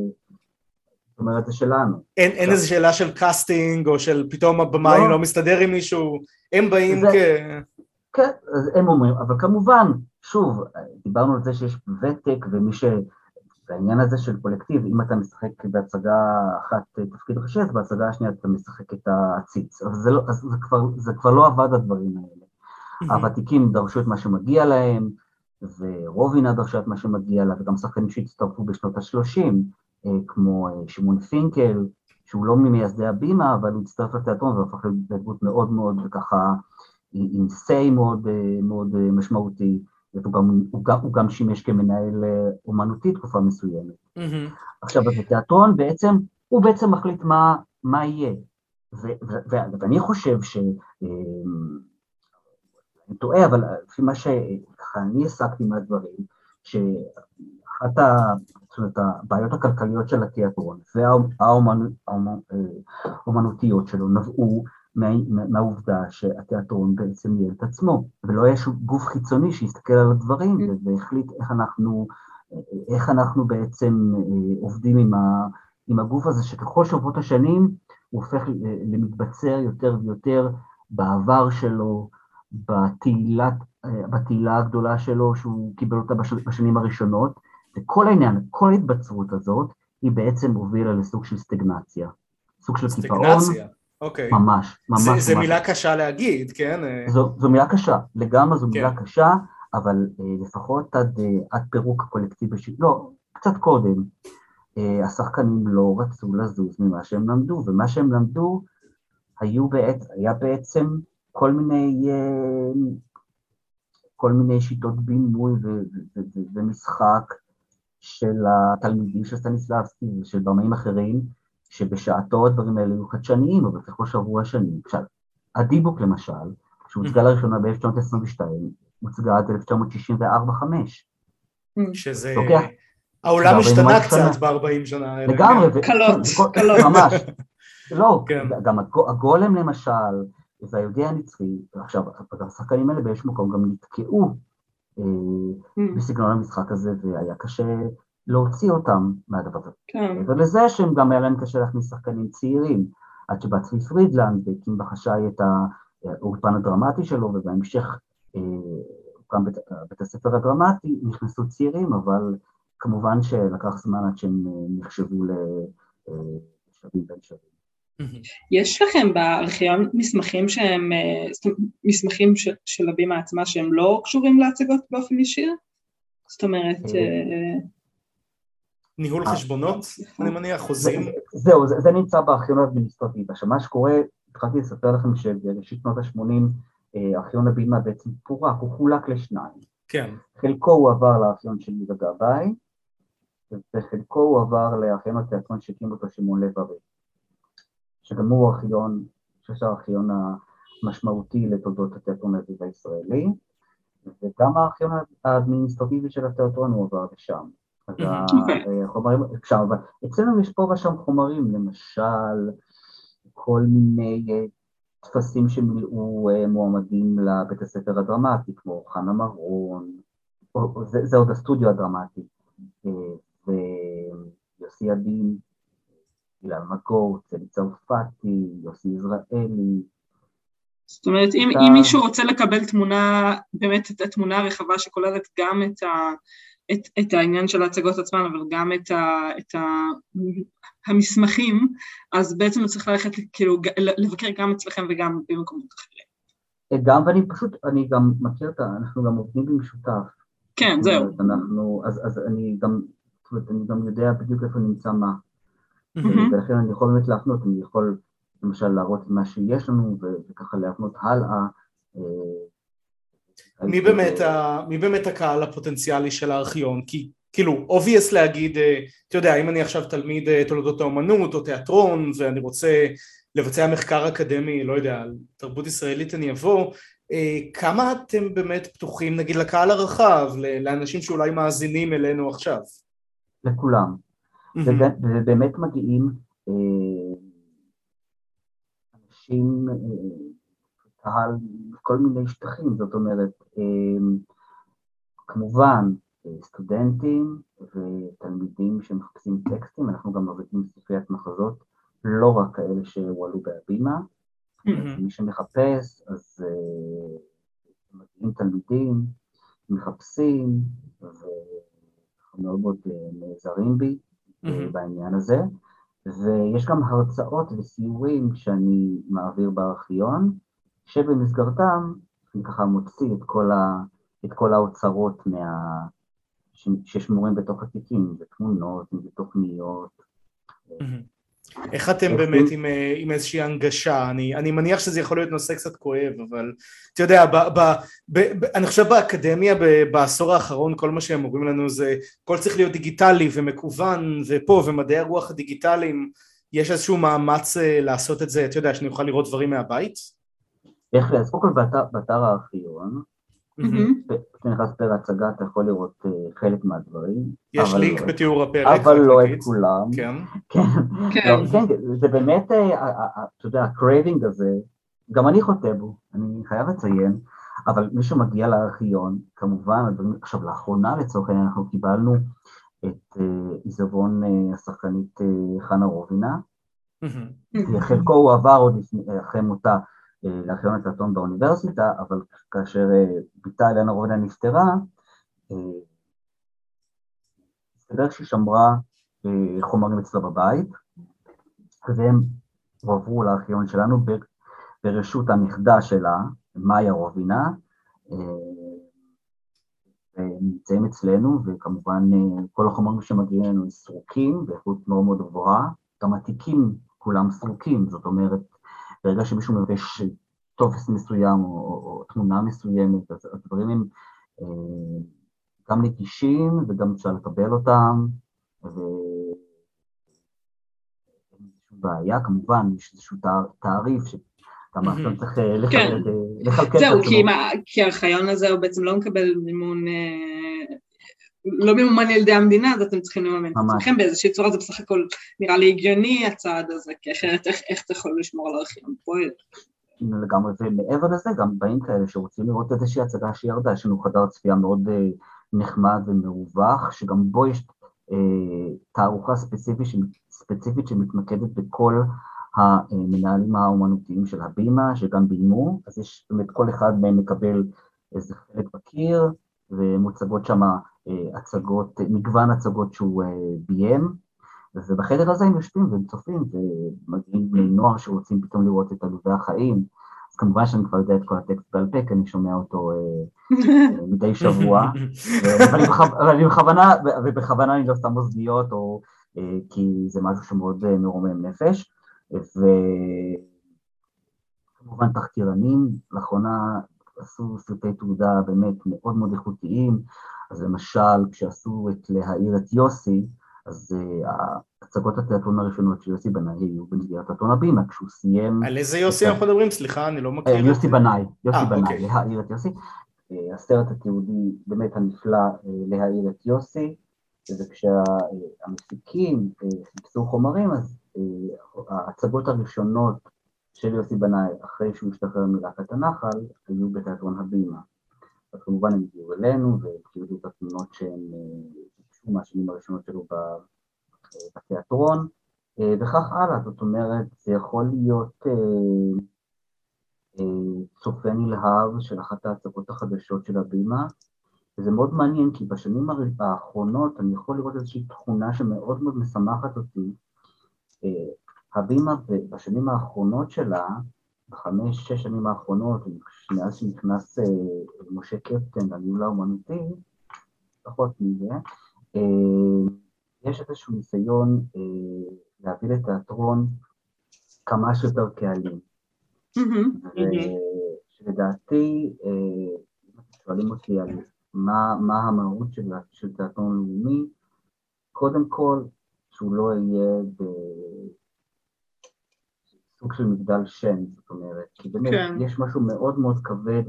זאת אומרת, זה שלנו. אין איזו שאלה של קאסטינג, או של פתאום הבמאי לא מסתדר עם מישהו, הם באים כן, אז הם אומרים, אבל כמובן, שוב, דיברנו על זה שיש ותק, והעניין הזה של קולקטיב, אם אתה משחק בהצגה אחת תפקיד ראשי, אז בהצגה השנייה אתה משחק את העציץ, אז זה כבר לא עבד הדברים האלה. הוותיקים דרשו את מה שמגיע להם, ורובינה דרשה את מה שמגיע לה, וגם שחקנים שהצטרפו בשנות ה-30, כמו שמעון פינקל, שהוא לא ממייסדי הבימה, אבל הוא הצטרף לתיאטרון והפך לדמות מאוד מאוד ככה, עם סי מאוד, מאוד משמעותי, הוא גם שימש כמנהל אומנותי תקופה מסוימת. עכשיו, בתיאטרון הוא בעצם מחליט מה יהיה, ואני חושב אני טועה, אבל לפי מה שאני הסקתי מהדברים, שאחת הבעיות הכלכליות של התיאטרון והאומנותיות שלו נבעו מהעובדה שהתיאטרון בעצם ניהל את עצמו, ולא היה שום גוף חיצוני שיסתכל על הדברים והחליט איך אנחנו בעצם עובדים עם הגוף הזה, שככל שעוברות השנים הוא הופך למתבצר יותר ויותר בעבר שלו, בתהילה הגדולה שלו שהוא קיבל אותה בשנים הראשונות, וכל העניין, כל ההתבצרות הזאת היא בעצם הובילה לסוג של סטגנציה, סוג של קיפאון. אוקיי. ממש. זה מילה קשה להגיד, כן? זו מילה קשה, לגמרי זו מילה קשה, אבל לפחות עד פירוק הקולקטיב לא, קצת קודם, השחקנים לא רצו לזוז ממה שהם למדו, ומה שהם למדו היה בעצם כל מיני שיטות בימוי ומשחק של התלמידים של סטניסלבסקי ושל במאים אחרים, שבשעתו הדברים האלה היו חדשניים, אבל ככל שעברו השנים. עכשיו, הדיבוק למשל, שהוצגה לראשונה ב-1922, הוצגה עד 1964-5. שזה... העולם השתנה קצת ב-40 שנה האלה. לגמרי. קלות. ממש. לא, גם הגולם למשל, והיהודי הנצחי, עכשיו, השחקנים האלה באיזשהו מקום גם נתקעו בסגנון המשחק הזה, והיה קשה להוציא אותם מהדבר הזה. ולזה שהם גם היה להם קשה להכניס שחקנים צעירים, עד שבא צבי פרידלנד והקים בחשאי את האולפן הדרמטי שלו, ובהמשך גם בית הספר הדרמטי נכנסו צעירים, אבל כמובן שלקח זמן עד שהם נחשבו לשווים בין שווים. יש לכם בארכיון מסמכים שהם, מסמכים של הבימה עצמה שהם לא קשורים להצגות באופן ישיר? זאת אומרת... ניהול חשבונות, אני מניח, חוזים? זהו, זה נמצא בארכיון האדמיניסטרטיבי. עכשיו, מה שקורה, התחלתי לספר לכם שבראשית שנות ה-80, ארכיון הבימה בעצם פורק, הוא חולק לשניים. כן. חלקו הוא עבר לארכיון של יהודה גבאי, וחלקו הוא עבר לארכיון התיאטרון שהקים אותו שמעון לב-ארי, שגם הוא ארכיון, שיש הארכיון המשמעותי לתולדות התיאטרון האביב הישראלי, וגם הארכיון האדמיניסטרטיבי של התיאטרון הוא עבר לשם. אז החומרים, אצלנו יש פה ושם חומרים, למשל, כל מיני תפסים שמילאו מועמדים לבית הספר הדרמטי, כמו חנה מרון, זה עוד הסטודיו הדרמטי, ויוסי הדין, גיל אלמגור, צלי צרפתי, יוסי יזרעאלי. זאת אומרת, אם מישהו רוצה לקבל תמונה, באמת את התמונה הרחבה שכוללת גם את העניין של ההצגות עצמן, אבל גם את המסמכים, אז בעצם הוא צריך ללכת, כאילו, לבקר גם אצלכם וגם במקומות אחרים. גם, אני גם מכיר אנחנו גם עובדים במשותף. כן, זהו. אז אני גם יודע בדיוק איפה נמצא מה. ולכן אני יכול באמת להפנות, אני יכול למשל להראות מה שיש לנו, וככה להפנות הלאה. מי באמת הקהל הפוטנציאלי של הארכיון? כי כאילו, obvious להגיד, אתה יודע, אם אני עכשיו תלמיד תולדות האומנות או תיאטרון, ואני רוצה לבצע מחקר אקדמי, לא יודע, על תרבות ישראלית אני אבוא, כמה אתם באמת פתוחים, נגיד, לקהל הרחב, לאנשים שאולי מאזינים אלינו עכשיו? לכולם. ובאמת מגיעים אנשים, קהל, כל מיני שטחים, זאת אומרת, כמובן, סטודנטים ותלמידים שמחפשים טקסטים, אנחנו גם מבצעים ספריית מחזות, לא רק כאלה שהועלו בהבימה, מי שמחפש, אז מגיעים תלמידים, מחפשים, ואנחנו מאוד מאוד נעזרים בי בעניין הזה, ויש גם הרצאות וסיורים שאני מעביר בארכיון, שבמסגרתם אני ככה מוציא את כל האוצרות ששמורים בתוך התיקים, בתמונות, בתוכניות. איך אתם באמת עם איזושהי הנגשה? אני מניח שזה יכול להיות נושא קצת כואב, אבל אתה יודע, אני חושב באקדמיה בעשור האחרון כל מה שהם אומרים לנו זה כל צריך להיות דיגיטלי ומקוון ופה ומדעי הרוח הדיגיטליים, יש איזשהו מאמץ לעשות את זה, אתה יודע, שאני אוכל לראות דברים מהבית? איך אז קודם כל באתר הארכיון, אתה נכנס פר הצגה, אתה יכול לראות חלק מהדברים. יש לינק בתיאור הפרק. אבל לא את כולם. כן. זה באמת, אתה יודע, הקרייבינג הזה, גם אני חוטא בו, אני חייב לציין, אבל מי שמגיע לארכיון, כמובן, עכשיו לאחרונה לצורך העניין, אנחנו קיבלנו את עיזבון השחקנית חנה רובינה, חלקו הוא עבר עוד אחרי מותה, לארכיון התיאטרון באוניברסיטה, אבל כאשר ביתה אלנה רובינה נפטרה, הסתבר שהיא שמרה חומרים אצלה בבית, והם הועברו לארכיון שלנו ברשות הנכדה שלה, מאיה רובינה, נמצאים אצלנו, וכמובן כל החומרים שמגיעים אלינו סרוקים, באיכות מאוד מאוד גבוהה, גם התיקים כולם סרוקים, זאת אומרת, ברגע שמישהו מבקש טופס מסוים או תמונה מסוימת, אז הדברים הם גם נגישים וגם אפשר לקבל אותם, ואין איזושהי בעיה, כמובן יש איזשהו תעריף שגם עכשיו צריך לחלקל. זהו, כי הארכיון הזה הוא בעצם לא מקבל מימון, לא ממומן ילדי המדינה, אז אתם צריכים לממן את עצמכם באיזושהי צורה, זה בסך הכל נראה לי הגיוני הצעד הזה, כי אחרת איך אתה יכול לשמור על הארכיון פועל? לגמרי, ומעבר לזה גם באים כאלה שרוצים לראות איזושהי הצגה שירדה, יש לנו חדר צפייה מאוד נחמד ומרווח, שגם בו יש תערוכה ספציפית שמתמקדת בכל המנהלים האומנותיים של הבימה, שגם ביימו, אז יש באמת כל אחד מהם מקבל איזה חלק בקיר, ומוצגות שם הצגות, מגוון הצגות שהוא ביים, ובחדר הזה הם יושבים והם צופים, ומגיעים בני נוער שרוצים פתאום לראות את עלובי החיים, אז כמובן שאני כבר יודע את כל הטקסט בעל פה, כי אני שומע אותו מדי שבוע, ובכוונה אני לא שם אוזניות, כי זה משהו שמאוד מרומם נפש, וכמובן תחקירנים, לאחרונה עשו סרטי תעודה באמת מאוד מאוד איכותיים, אז למשל כשעשו את להעיר את יוסי, אז הצגות התיאטרון הראשונות של יוסי בנאי היו במסגרת תיאטרון הבימה, כשהוא סיים... על איזה יוסי אנחנו מדברים? סליחה, אני לא מכיר. יוסי בנאי, להעיר את יוסי. הסרט התיעודי באמת הנפלא להעיר את יוסי, וכשהמפיקים חיפשו חומרים, אז ההצגות הראשונות של יוסי בנאי, אחרי שהוא השתחרר מלהקת הנחל, היו בתיאטרון הבימה. אז כמובן הם הגיעו אלינו, והתיעודו את התמונות שהם ביקשו מהשנים הראשונות שלו בתיאטרון, וכך הלאה, זאת אומרת, זה יכול להיות צופה נלהב של אחת ההצגות החדשות של הבימה, וזה מאוד מעניין, כי בשנים האחרונות אני יכול לראות איזושהי תכונה שמאוד מאוד משמחת אותי. הבימה בשנים האחרונות שלה, ב5-6 שנים האחרונות, מאז שנכנס משה קפטן לניהול האומנותי, פחות מזה, יש איזשהו ניסיון להביא לתיאטרון כמה שיותר קהלים. שלדעתי, אם אתם שואלים אותי על מה המהות של תיאטרון לאומי, קודם כל, שהוא לא יהיה בסוג של מגדל שן, זאת אומרת, כי באמת יש משהו מאוד מאוד כבד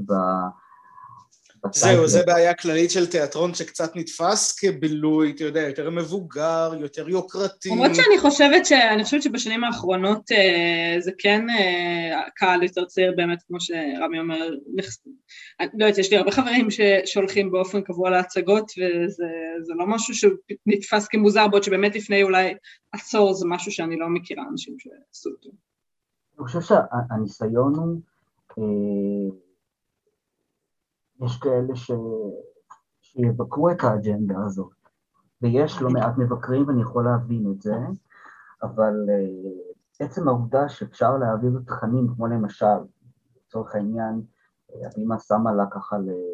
זהו, זה בעיה כללית של תיאטרון שקצת נתפס כבילוי, אתה יודע, יותר מבוגר, יותר יוקרתי. למרות שאני חושבת שבשנים האחרונות זה כן קהל יותר צעיר באמת, כמו שרמי אומר, לא יודעת, יש לי הרבה חברים שהולכים באופן קבוע להצגות, וזה לא משהו שנתפס כמוזר, בעוד שבאמת לפני אולי עשור זה משהו שאני לא מכירה אנשים שעשו אותו. אני חושב שהניסיון הוא, יש כאלה שיבקרו את האג'נדה הזאת, ויש לא מעט מבקרים ואני יכול להבין את זה, אבל עצם העובדה שאפשר להעביר תכנים, כמו למשל, לצורך העניין, הבימה שמה לה ככה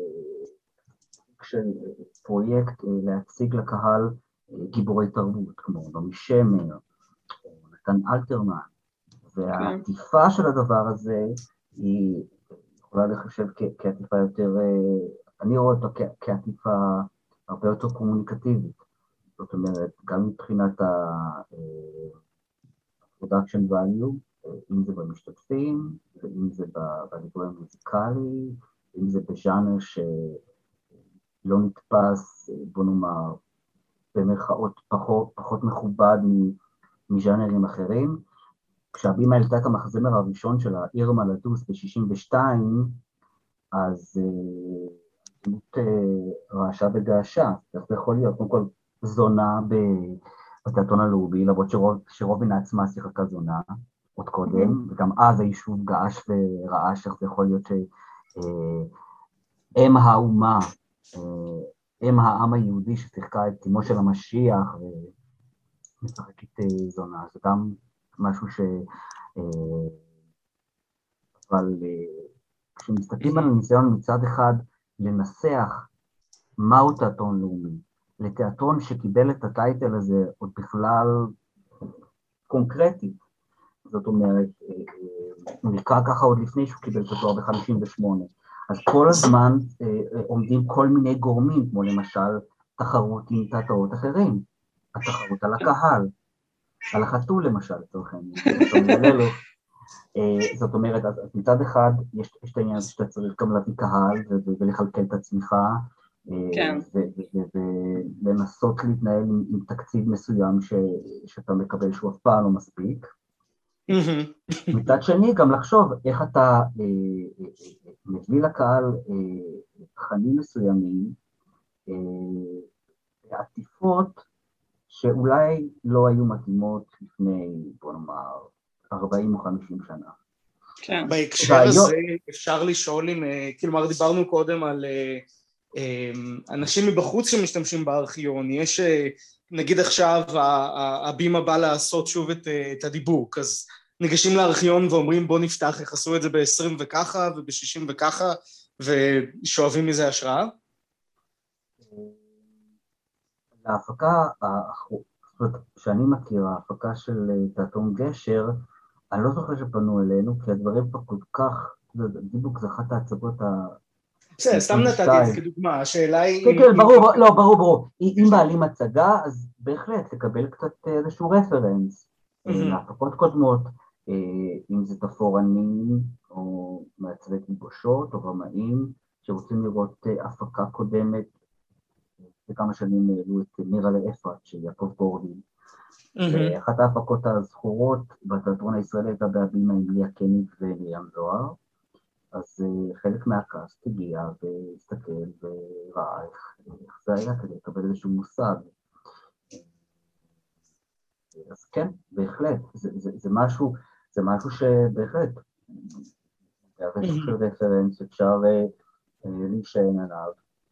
של פרויקט להציג לקהל גיבורי תרבות, כמו נעמי שמר, או נתן אלתרמן, והעטיפה של הדבר הזה היא יכולה לחשב כעטיפה יותר, אני רואה אותה כעטיפה הרבה יותר קומוניקטיבית, זאת אומרת, גם מבחינת ה-production value, אם זה במשתתפים, ואם זה בליווי המוזיקלי, אם זה בז'אנר שלא נתפס, בוא נאמר, במרכאות פחות מכובד מז'אנרים אחרים. כשהבימה העלתה את המחזמר הראשון של העיר מלדוס ב-62, אז דמות רעשה בגעשה, איך זה יכול להיות? קודם כל זונה בתיאטרון הלאומי, למרות שרובינה עצמה שיחקה זונה עוד קודם, וגם אז היישוב געש ורעש, איך זה יכול להיות אם האומה, אם העם היהודי ששיחקה את אמו של המשיח ומשחקת זונה, זה גם משהו אבל כשמסתכלים על הניסיון מצד אחד לנסח מהו תיאטרון לאומי, לתיאטרון שקיבל את הטייטל הזה עוד בכלל קונקרטית, זאת אומרת, הוא נקרא ככה עוד לפני שהוא קיבל את התואר ב-58, אז כל הזמן עומדים כל מיני גורמים, כמו למשל תחרות עם תיאטראות אחרים, התחרות על הקהל, על החתול למשל, לצורכם, זאת אומרת, אז מצד אחד יש את העניין שאתה צריך גם להביא קהל ולחלקל את עצמך, ולנסות להתנהל עם תקציב מסוים שאתה מקבל שהוא אף פעם לא מספיק. מצד שני, גם לחשוב איך אתה מביא לקהל תכנים מסוימים, עטיפות שאולי לא היו מתאימות לפני, בוא נאמר, 40 או 50 שנה. כן. בהקשר הזה אפשר לשאול אם, כלומר דיברנו קודם על אנשים מבחוץ שמשתמשים בארכיון, יש נגיד עכשיו הבימה בא לעשות שוב את הדיבוק, אז ניגשים לארכיון ואומרים בוא נפתח איך עשו את זה ב-20 וככה וב-60 וככה ושואבים מזה השראה? להפקה, שאני מכיר, ההפקה של תיאטרון גשר, אני לא זוכר שפנו אלינו, כי הדברים פה כל כך, דיבוק זה אחת ההצגות בסדר, סתם נתתי את זה כדוגמה, השאלה היא... כן, ברור, לא, ברור. אם מעלים הצגה, אז בהחלט לקבל קצת איזשהו רפרנס, להפקות קודמות, אם זה תפורנים, או מעצבי תלבושות, או רמאים, שרוצים לראות הפקה קודמת, וכמה שנים העלו את מירה לאפרת של יעקב גורדין. אחת ההפקות הזכורות בתיאטרון הישראלי הייתה בהבימה עם ליה קניג ומרים זוהר, אז חלק מהקאסט הגיע והסתכל וראה איך זה היה כדי לקבל איזשהו מושג. אז כן, בהחלט, זה משהו שבהחלט, זה סוג של רפרנס, אפשר להישען עליו,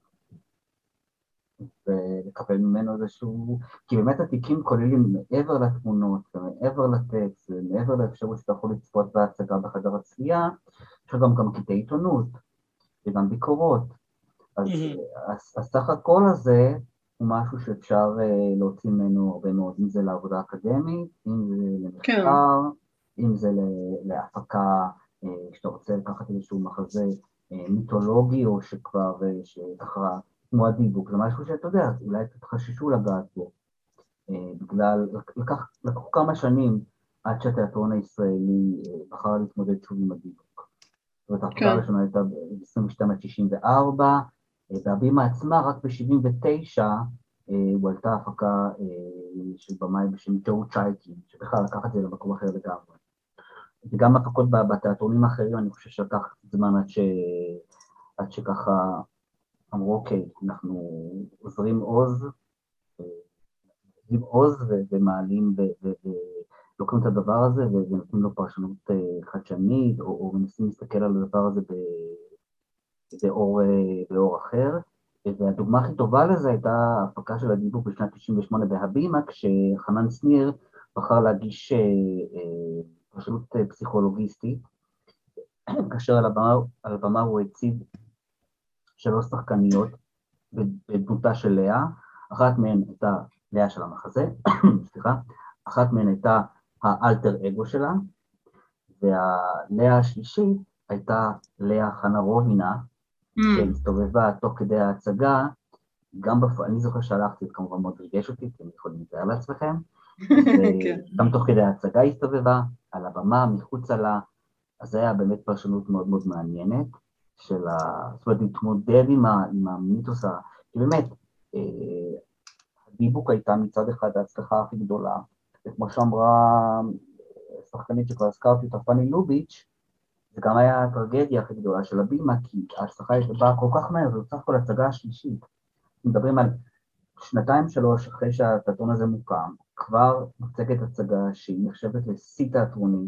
ולקבל ממנו איזשהו, כי באמת התיקים כוללים מעבר לתמונות, ומעבר לטקסט, ומעבר לאפשרות שאתה יכול לצפות בהצגה בחדר הצפייה, יש גם קטעי עיתונות, וגם ביקורות. אז הסך הכל הזה הוא משהו שאפשר להוציא ממנו הרבה מאוד, אם זה לעבודה אקדמית, אם זה למחקר, אם זה להפקה, שאתה רוצה לקחת איזשהו מחזה מיתולוגי, או שכבר, שככה, כמו הדיבוק, זה משהו שאתה יודע, אולי תתחששו לגעת בו, בגלל, לקחו כמה שנים עד שהתיאטרון הישראלי בחר להתמודד שוב עם הדיבוק. זאת אומרת, ההפקה הראשונה הייתה ב-2264, והבימה עצמה רק ב-79 הועלתה הפקה של במאי בשם ג'ו צ'ייקין, שבכלל לקח את זה למקום אחר לגמרי. וגם הפקות בתיאטרונים האחרים, אני חושב שלקח זמן עד שככה אמרו, אוקיי, אנחנו עוזרים עוז ומעלים ולוקחים את הדבר הזה ונותנים לו פרשנות חדשנית, או מנסים להסתכל על הדבר הזה באור אחר. והדוגמה הכי טובה לזה הייתה ההפקה של הדיבוק בשנת 98 בהבימה, כשחנן שניר בחר להגיש פרשנות פסיכולוגיסטית, כאשר על הבמה הוא הציב 3 שחקניות בדמותה של לאה, אחת מהן הייתה לאה של המחזה, סליחה, אחת מהן הייתה האלטר אגו שלה, והלאה השלישית הייתה לאה חנה רוהינה, שהסתובבה תוך כדי ההצגה, אני זוכר שהלכתי, כמובן מאוד ריגש אותי, כי אני יכולים לתאר לעצמכם, וגם תוך כדי ההצגה הסתובבה, על הבמה, מחוצה לה, אז זה היה באמת פרשנות מאוד מאוד מעניינת, זאת אומרת, להתמודד עם המיתוס, כי באמת, הדיבוק הייתה מצד אחד ההצלחה הכי גדולה, וכמו שאמרה שחקנית שכבר הזכרתי אותה, פני לוביץ', זה גם היה הטרגדיה הכי גדולה של הבימה, כי ההצלחה באה כל כך מהר, זה בסך הכל הצגה השלישית. מדברים על 2-3 אחרי שהתיאטרון הזה מוקם, כבר מוצגת הצגה שהיא נחשבת לשיא תיאטרוני,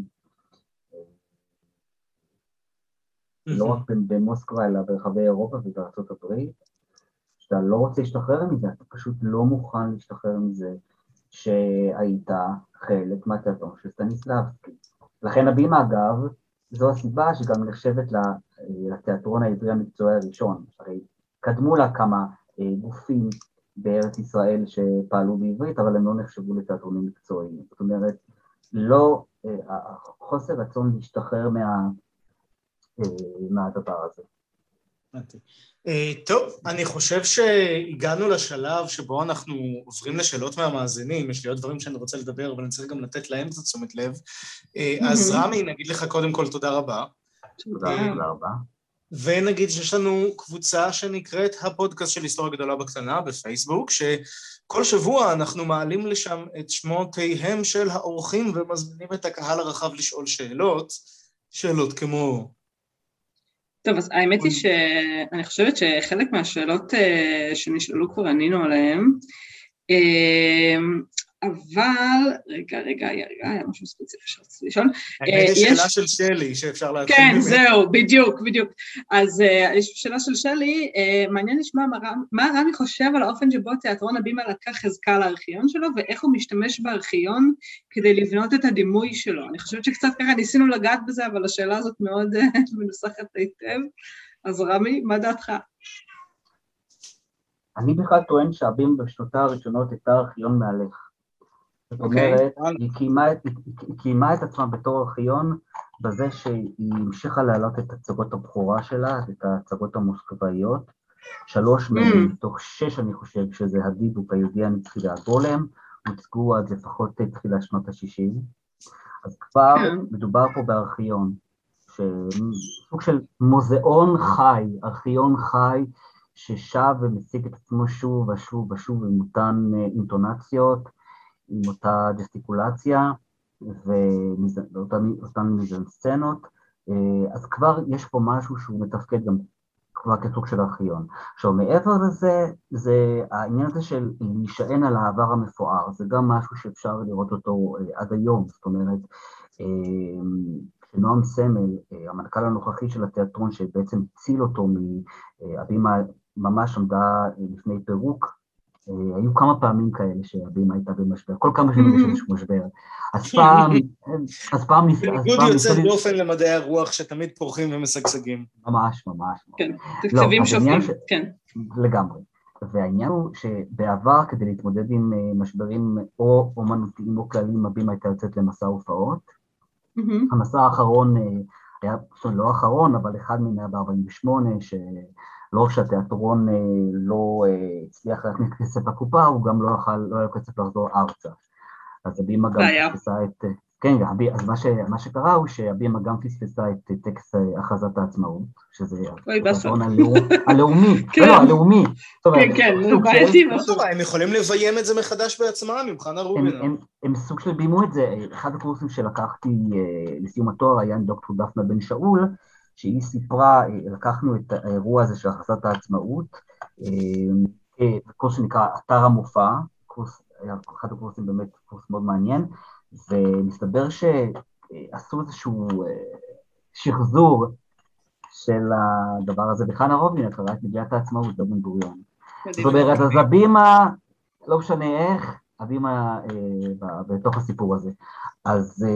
לא רק במוסקבה, אלא ברחבי אירופה ובארצות הברית, שאתה לא רוצה להשתחרר מזה, אתה פשוט לא מוכן להשתחרר מזה, שהיית חלק מהתיאטרון של סטניסלבסקי. לכן הבימה, אגב, זו הסיבה שגם נחשבת לתיאטרון העברי המקצועי הראשון. הרי קדמו לה כמה גופים בארץ ישראל שפעלו בעברית, אבל הם לא נחשבו לתיאטרונים מקצועיים. זאת אומרת, לא, חוסר רצון להשתחרר מהדבר הזה. טוב, אני חושב שהגענו לשלב שבו אנחנו עוברים לשאלות מהמאזינים, יש לי עוד דברים שאני רוצה לדבר, אבל אני צריך גם לתת להם קצת תשומת לב. אז רמי, נגיד לך קודם כל תודה רבה. תודה רבה. ונגיד שיש לנו קבוצה שנקראת הפודקאסט של היסטוריה גדולה בקטנה בפייסבוק, שכל שבוע אנחנו מעלים לשם את שמותיהם של האורחים ומזמינים את הקהל הרחב לשאול שאלות כמו... טוב, אז האמת היא שאני חושבת שחלק מהשאלות שנשאלו כבר ענינו עליהן, אבל, רגע, היה משהו ספציפי שרציתי לשאול. יש שאלה של שלי שאפשר להתחיל כן, זהו, בדיוק. אז יש שאלה של שלי, מעניין לשמוע מה רמי חושב על האופן שבו תיאטרון הבימה לקח חזקה לארכיון שלו, ואיך הוא משתמש בארכיון כדי לבנות את הדימוי שלו. אני חושבת שקצת ככה ניסינו לגעת בזה, אבל השאלה הזאת מאוד מנוסחת היטב. אז רמי, מה דעתך? אני בכלל טוען שהבימה בשנותיה הראשונות הייתה ארכיון מהלך. זאת אומרת, היא קיימה את עצמה בתור ארכיון בזה שהיא המשיכה להעלות את הצגות הבכורה שלה, את הצגות המוסקבאיות, 3 מהם מתוך 6 אני חושב שזה הדיבוק היהודי הנצחי והגולם, הוצגו עד לפחות תחילת שנות ה-60, אז כבר מדובר פה בארכיון, סוג של מוזיאון חי, ארכיון חי, ששב ומציג את עצמו שוב ושוב ושוב עם אותן אינטונציות, עם אותה ג'סטיקולציה ואותן מיזנסצנות, אז כבר יש פה משהו שהוא מתפקד גם כבר כסוג של ארכיון. עכשיו, מעבר לזה, זה העניין הזה של להישען על העבר המפואר, זה גם משהו שאפשר לראות אותו עד היום, זאת אומרת, נועם סמל, המנכ"ל הנוכחי של התיאטרון, שבעצם הציל אותו מהבימה, ממש עמדה לפני פירוק, היו כמה פעמים כאלה שהבימה הייתה במשבר, כל כמה שנים יש איזשהו משבר. אז פעם בניגוד יוצא דופן למדעי הרוח שתמיד פורחים ומשגשגים. ממש, ממש. כן, תקציבים שופעים, כן. לגמרי. והעניין הוא שבעבר, כדי להתמודד עם משברים או אומנותיים או כלליים, הבימה הייתה יוצאת למסע הופעות. המסע האחרון היה, לא האחרון, אבל אחד מ-148, שלא שהתיאטרון לא הצליח להכניס כסף בקופה, הוא גם לא היה כסף לחזור ארצה. אז הבימה גם פספסה את... כן, אז מה שקרה הוא שהבימה גם פספסה את טקס הכרזת העצמאות, שזה התיאטרון הלאומי. לא, הלאומי. כן, כן, בעייתי משהו. הם יכולים לביים את זה מחדש בעצמם, עם חנה רובין. הם סוג של בימו את זה. אחד הקורסים שלקחתי לסיום התואר היה עם דוקטור דפנה בן שאול, שהיא סיפרה, לקחנו את האירוע הזה של הכרזת העצמאות, קורס שנקרא אתר המופע, היה אחד הקורסים באמת קורס מאוד מעניין, ומסתבר שעשו איזשהו שחזור של הדבר הזה בחנה רובין, קראה את מגילת העצמאות בבן גוריון. זאת אומרת, אז הבימה, לא משנה איך, הבימה בתוך הסיפור הזה. אז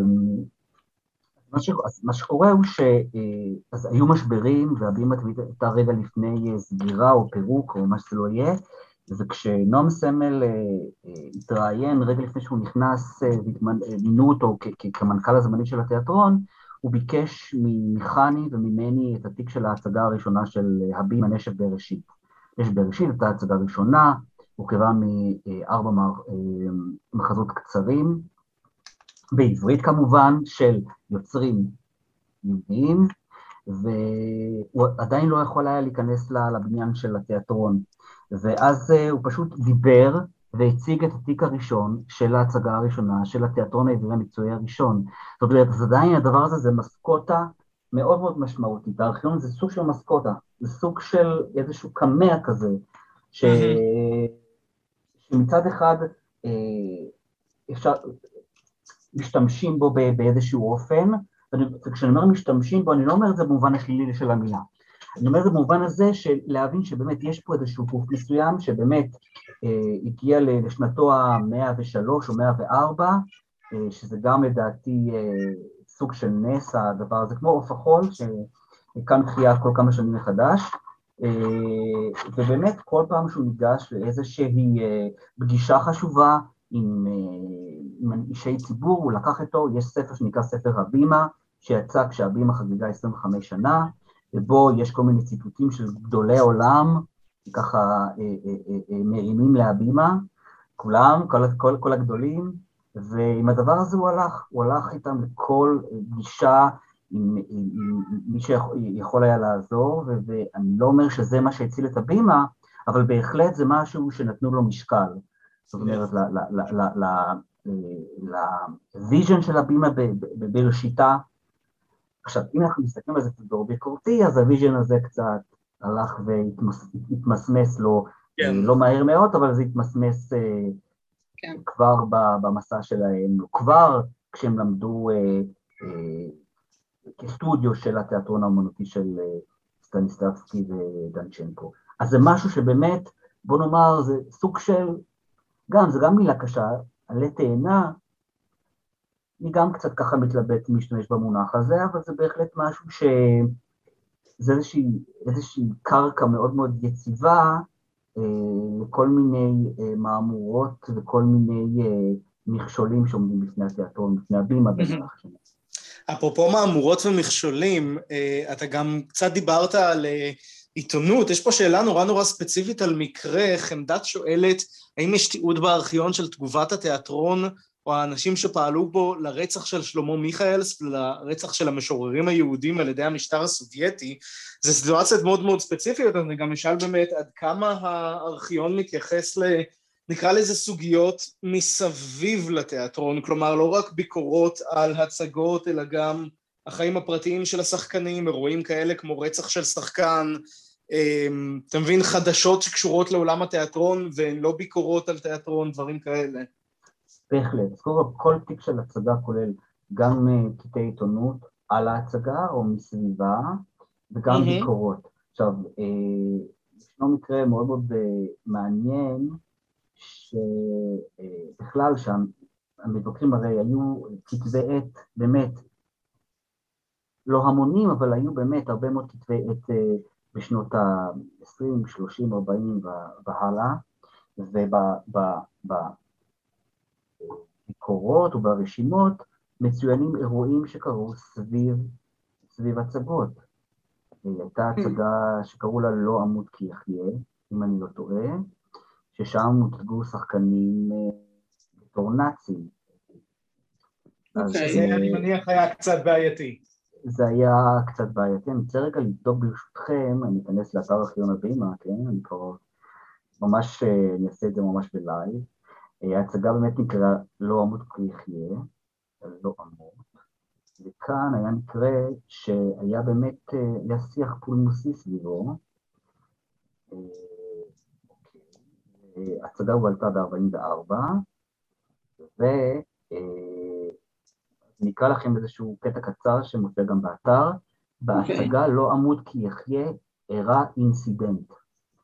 מה שקורה הוא אז היו משברים, והבימה תמיד הייתה רגע לפני סגירה או פירוק או מה שזה לא יהיה, וכשנועם סמל התראיין רגע לפני שהוא נכנס, מינו אותו כמנכ"ל הזמני של התיאטרון, הוא ביקש מחני וממני את התיק של ההצגה הראשונה של הבימה נשף בראשית. נשף בראשית הייתה ההצגה הראשונה, הורכבה מ4 מחזות קצרים, בעברית כמובן, של יוצרים יהודיים, והוא עדיין לא יכול היה להיכנס לבניין של התיאטרון. ואז הוא פשוט דיבר והציג את התיק הראשון של ההצגה הראשונה, של התיאטרון העברי המקצועי הראשון. זאת אומרת, אז עדיין הדבר הזה זה מסקוטה מאוד מאוד משמעותית. הארכיון זה סוג של מסקוטה, זה סוג של איזשהו קמע כזה, שמצד אחד אפשר, משתמשים בו באיזשהו אופן, וכשאני אומר משתמשים בו, אני לא אומר את זה במובן השלילי של המילה. אני אומר את זה במובן הזה של להבין שבאמת יש פה איזשהו גוף מסוים, שבאמת הגיע לשנתו ה-103 או 104, שזה גם לדעתי סוג של נס הדבר הזה, כמו עוף החול, שכאן חייה כל כמה שנים מחדש, ובאמת כל פעם שהוא ניגש לאיזושהי פגישה חשובה עם אישי ציבור, הוא לקח איתו, יש ספר שנקרא ספר הבימה, שיצא כשהבימה חגגה 25 שנה, ובו יש כל מיני ציטוטים של גדולי עולם, ככה מרימים להבימה, כולם, כל הגדולים, ועם הדבר הזה הוא הלך איתם לכל פגישה עם מי שיכול היה לעזור, ואני לא אומר שזה מה שהציל את הבימה, אבל בהחלט זה משהו שנתנו לו משקל. זאת אומרת, לוויז'ן של הבימה בראשיתה. עכשיו, אם אנחנו מסתכלים על זה כדור ביקורתי, אז הוויז'ן הזה קצת הלך והתמסמס לו, לא מהר מאוד, אבל זה התמסמס כבר במסע שלהם, כבר כשהם למדו כסטודיו של התיאטרון האומנותי של סטניסלבסקי ודנצ'נקו. אז זה משהו שבאמת, בוא נאמר, זה סוג של, זה גם מילה קשה, עלי תאנה, אני גם קצת ככה מתלבט משתמש במונח הזה, אבל זה בהחלט משהו שזה איזושהי קרקע מאוד מאוד יציבה, לכל מיני מאמורות וכל מיני מכשולים שעומדים בפני התיאטרון, בפני הבימה במהלך השנה. אפרופו מאמורות ומכשולים, אתה גם קצת דיברת על עיתונות, יש פה שאלה נורא ספציפית על מקרה, חמדת שואלת, האם יש תיעוד בארכיון של תגובת התיאטרון, או האנשים שפעלו בו לרצח של שלמה מיכאלס, לרצח של המשוררים היהודים על ידי המשטר הסובייטי, זה סיטואציות מאוד מאוד ספציפיות, אני גם אשאל באמת עד כמה הארכיון מתייחס נקרא לזה סוגיות מסביב לתיאטרון, כלומר לא רק ביקורות על הצגות, אלא גם החיים הפרטיים של השחקנים, אירועים כאלה כמו רצח של שחקן, אתה מבין, חדשות שקשורות לעולם התיאטרון והן לא ביקורות על תיאטרון, דברים כאלה. בהחלט, כל תיק של הצגה כולל גם קטעי עיתונות על ההצגה או מסביבה, וגם ביקורות. עכשיו, ישנו מקרה מאוד מאוד מעניין, שבכלל שהמבקרים הרי היו כתבי עת, באמת, לא המונים, אבל היו באמת הרבה מאוד כתבי עת בשנות ה-20, 30, 40 והלאה, ובביקורות וברשימות מצוינים אירועים שקרו סביב הצגות. הייתה הצגה שקראו לה לא אמות כי יחיה, אם אני לא טועה, ששם הוצגו שחקנים בתור נאצים. שזה אני מניח היה קצת בעייתי. זה היה קצת בעייתי. אני רוצה רגע לבדוק ברשותכם, אני אכנס לאתר ארכיון הבימה, כן? אני כבר ממש, אני אעשה את זה ממש בלייב. ההצגה באמת נקרא לא אמות כי יחיה, לא אמות. וכאן היה מקרה שהיה באמת, היה שיח פולמוסי סביבו. הצגה הועלתה ב-44, ונקרא לכם איזשהו קטע קצר שמופיע גם באתר. בהצגה לא אמות כי יחיה אירע אינסידנט.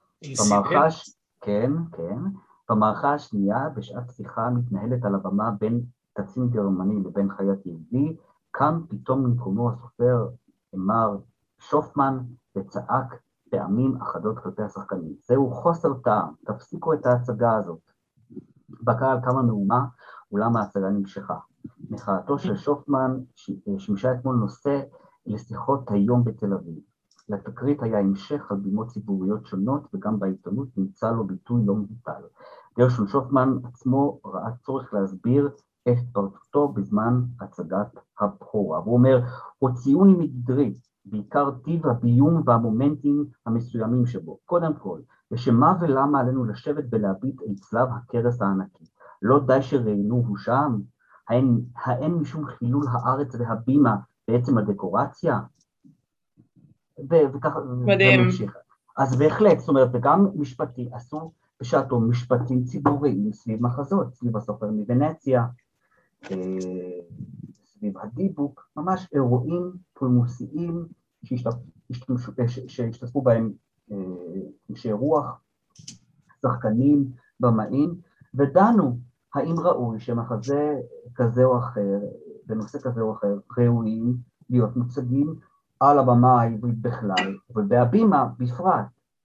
כן. במערכה השנייה, בשעת שיחה מתנהלת על הבמה בין קצין גרמני לבין חייט יהודי, קם פתאום ממקומו הסופר מר שופמן וצעק פעמים אחדות כלפי השחקנים. זהו חוסר טעם, תפסיקו את ההצגה הזאת. בקהל כמה מהומה, אולם ההצגה נמשכה. מחאתו של שופמן שימשה אתמול נושא לשיחות היום בתל אביב. לתקרית היה המשך על בימות ציבוריות שונות, וגם בעיתונות נמצא לו ביטוי לא מבוטל. גרשון שופמן עצמו ראה צורך להסביר את התפרצותו בזמן הצגת הבכורה. הוא אומר, הוציאוני מגדרי, בעיקר טיב הביום והמומנטים המסוימים שבו. קודם כל, לשמה ולמה עלינו לשבת ולהביט אל צלב הכרס הענקי. לא די שראינו שם? האין משום חילול הארץ והבימה בעצם הדקורציה? וככה זה ממשיך. אז בהחלט, זאת אומרת, וגם משפטי, עשו בשעתו משפטים ציבוריים סביב מחזות, סביב הסופר מוונציה, סביב הדיבוק, ממש אירועים פולמוסיים שהשתתפו בהם אנשי רוח, שחקנים, במאים, ודנו האם ראוי שמחזה כזה או אחר, בנושא כזה או אחר, ראויים להיות מוצגים על הבמה העברית בכלל, ובהבימה בפרט.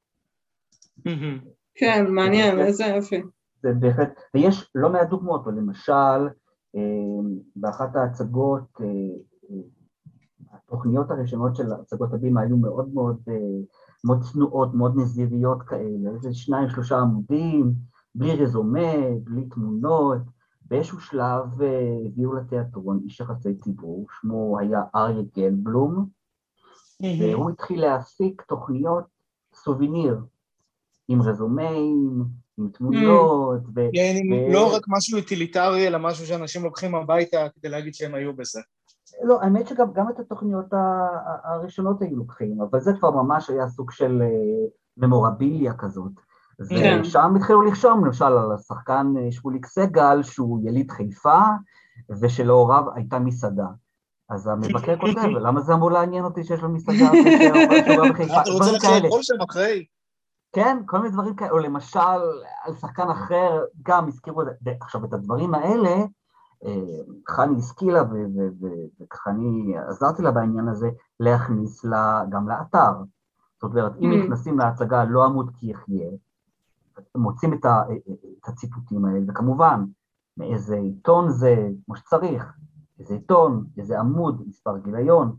כן, מעניין, איזה יופי. זה בהחלט, ויש לא מעט דוגמאות, למשל, באחת ההצגות, התוכניות הראשונות של הצגות הבימה היו מאוד מאוד צנועות, מאוד נזיריות כאלה, איזה 2-3 עמודים, בלי רזומה, בלי תמונות. באיזשהו שלב הביאו לתיאטרון איש יחסי ציבור, שמו היה אריה גלבלום, והוא התחיל להפיק תוכניות סוביניר, עם רזומאים, עם תמונות. לא רק משהו יוטיליטרי, אלא משהו שאנשים לוקחים הביתה כדי להגיד שהם היו בזה. לא, האמת שגם את התוכניות הראשונות היו לוקחים, אבל זה כבר ממש היה סוג של ממורביליה כזאת. ושם התחילו לרשום, למשל, על השחקן שמוליק סגל, שהוא יליד חיפה, ושלהוריו הייתה מסעדה. אז המבקר כותב, למה זה אמור לעניין אותי שיש לו מסעדה שהוא בחיפה? אתה רוצה לאכול שם אחרי? כן, כל מיני דברים כאלה, או למשל, על שחקן אחר, גם הזכירו את זה. עכשיו, את הדברים האלה, חני השכילה, וככה אני עזרתי לה בעניין הזה, להכניס לה גם לאתר. זאת אומרת, אם נכנסים להצגה לא אמות כי יחיה, מוצאים את הציטוטים האלה, וכמובן, מאיזה עיתון זה, כמו שצריך, איזה עיתון, איזה עמוד, מספר גיליון,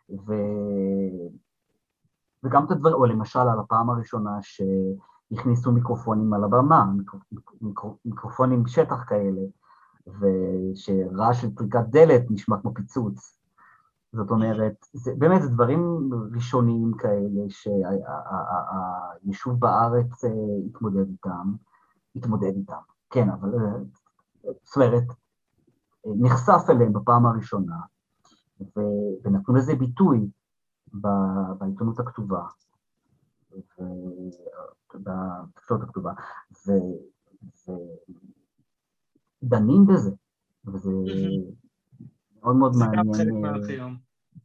וגם את הדברים, או למשל על הפעם הראשונה שהכניסו מיקרופונים על הבמה, מיקרופונים שטח כאלה, ושרעש של טריקת דלת נשמע כמו פיצוץ. זאת אומרת, באמת זה דברים ראשוניים כאלה שהיישוב בארץ התמודד איתם. כן, אבל זאת אומרת, נחשף אליהם בפעם הראשונה, ונתנו לזה ביטוי בעיתונות הכתובה, בתקשורת הכתובה, ודנים בזה, וזה מאוד מאוד מעניין. זה גם חלק מהארכיון.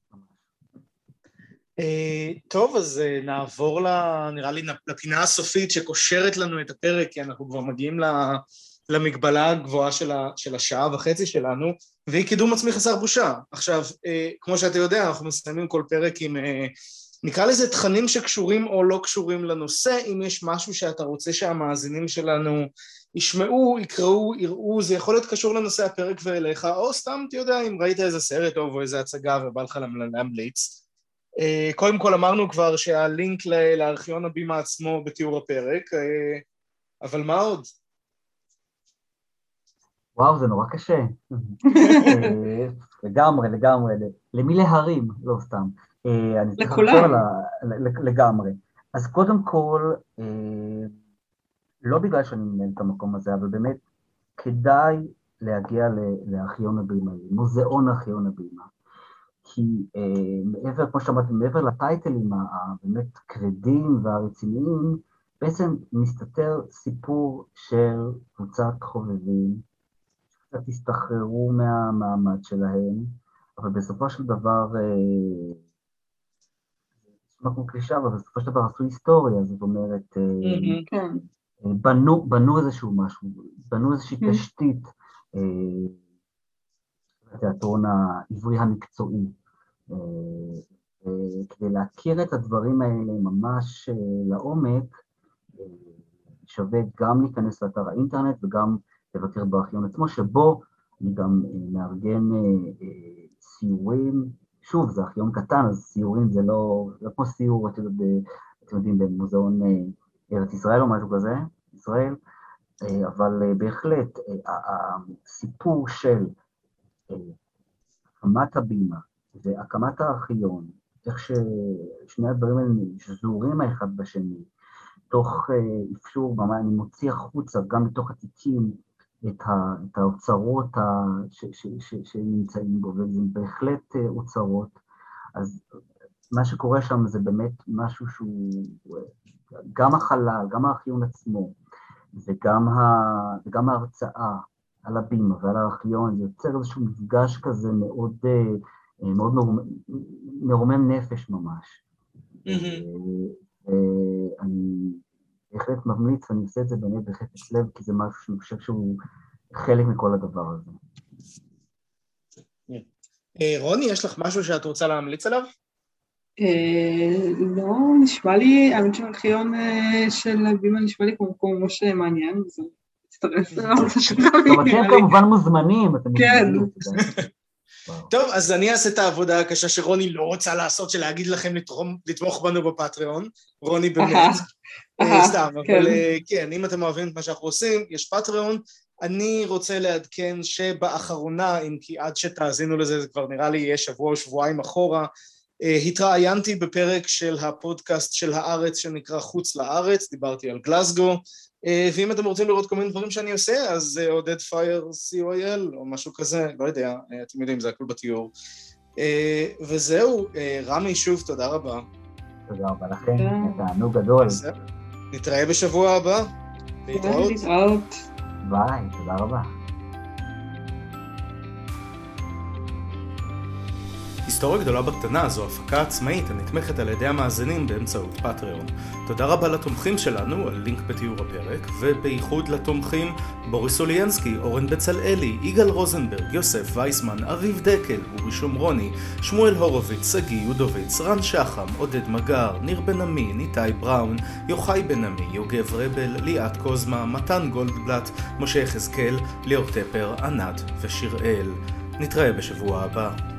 טוב, אז נעבור נראה לי לפינה הסופית שקושרת לנו את הפרק, כי אנחנו כבר מגיעים למגבלה הגבוהה של השעה וחצי שלנו, והיא קידום עצמי חסר בושה. עכשיו, כמו שאתה יודע, אנחנו מסיימים כל פרק עם, נקרא לזה תכנים שקשורים או לא קשורים לנושא. אם יש משהו שאתה רוצה שהמאזינים שלנו ישמעו, יקראו, יראו, זה יכול להיות קשור לנושא הפרק ואליך, או סתם, אתה יודע, אם ראית איזה סרט טוב או איזה הצגה ובא לך להמליץ. קודם כל אמרנו כבר שהלינק לארכיון הבימה עצמו בתיאור הפרק, אבל מה עוד? וואו, זה נורא קשה. לגמרי, למי להרים, לא סתם. לכולם. לגמרי. אז קודם כל, לא בגלל שאני מנהל את המקום הזה, אבל באמת כדאי להגיע לארכיון הבימה, מוזיאון ארכיון הבימה. כי מעבר, כמו שאמרתי, מעבר לטייטלים הבאמת כבדים והרציניים, בעצם מסתתר סיפור של קבוצת חובבים, שקצת הסתחררו מהמעמד שלהם, אבל בסופו של דבר, נשמע כמו קלישה, אבל בסופו של דבר עשו היסטוריה, זאת אומרת, בנו איזשהו משהו, בנו איזושהי תשתית, התיאטרון העברי המקצועי, כדי להכיר את הדברים האלה ממש לעומק, שווה גם להיכנס לאתר האינטרנט וגם לבקר בארכיון עצמו, שבו אני גם מארגן סיורים. שוב, זה ארכיון קטן, אז סיורים זה לא כמו סיור, אתם יודעים, במוזיאון ארץ ישראל או משהו כזה, ישראל, אבל בהחלט הסיפור של הקמת הבימה והקמת הארכיון, איך ששני הדברים האלה שזורים האחד בשני, תוך אפשור, אני מוציא החוצה גם מתוך התיקים את האוצרות שנמצאים בו, וזה בהחלט אוצרות. אז מה שקורה שם זה באמת משהו שהוא גם החלל, גם הארכיון עצמו, וגם ההרצאה על הבימה ועל הארכיון, זה יוצר איזשהו מפגש כזה מאוד מרומם נפש ממש. אני בהחלט ממליץ, ואני עושה את זה באמת בחפץ לב, כי זה משהו שאני חושב שהוא חלק מכל הדבר הזה. רוני, יש לך משהו שאת רוצה להמליץ עליו? לא, נשמע לי, האמת שהארכיון של הבימה נשמע לי כמו מקום ממש מעניין, זה מצטרף אליו. טוב, אתם כמובן מוזמנים. כן. טוב, אז אני אעשה את העבודה הקשה שרוני לא רוצה לעשות, של להגיד לכם לתמוך בנו בפטריון, רוני באמת, סתם, אבל כן, אם אתם אוהבים את מה שאנחנו עושים, יש פטריון. אני רוצה לעדכן שבאחרונה, אם כי עד שתאזינו לזה, זה כבר נראה לי יהיה שבוע או שבועיים אחורה, התראיינתי בפרק של הפודקאסט של הארץ שנקרא חוץ לארץ, דיברתי על גלסגו, ואם אתם רוצים לראות כל מיני דברים שאני עושה, אז עודד פייר COIL או משהו כזה, לא יודע, אתם יודעים, זה הכל בתיאור. וזהו, רמי, שוב, תודה רבה. תודה רבה לכם, תענוג גדול. נתראה בשבוע הבא. להתראות. ביי, תודה רבה. היסטוריה גדולה בקטנה זו הפקה עצמאית הנתמכת על ידי המאזינים באמצעות פטריון. תודה רבה לתומכים שלנו, על לינק בתיאור הפרק, ובייחוד לתומכים בוריס אוליינסקי, אורן בצלאלי, יגאל רוזנברג, יוסף וייסמן, אביב דקל, אורי שומרוני, שמואל הורוביץ, סגי יודוביץ, רן שחם, עודד מגר, ניר בן עמי, ניתאי בראון, יוחאי בן עמי, יוגב רבל, ליאת קוזמה, מתן גולדבלט, משה יחזקאל, ליאור טפר, ענת ושיראל. נתראה בשבוע הבא.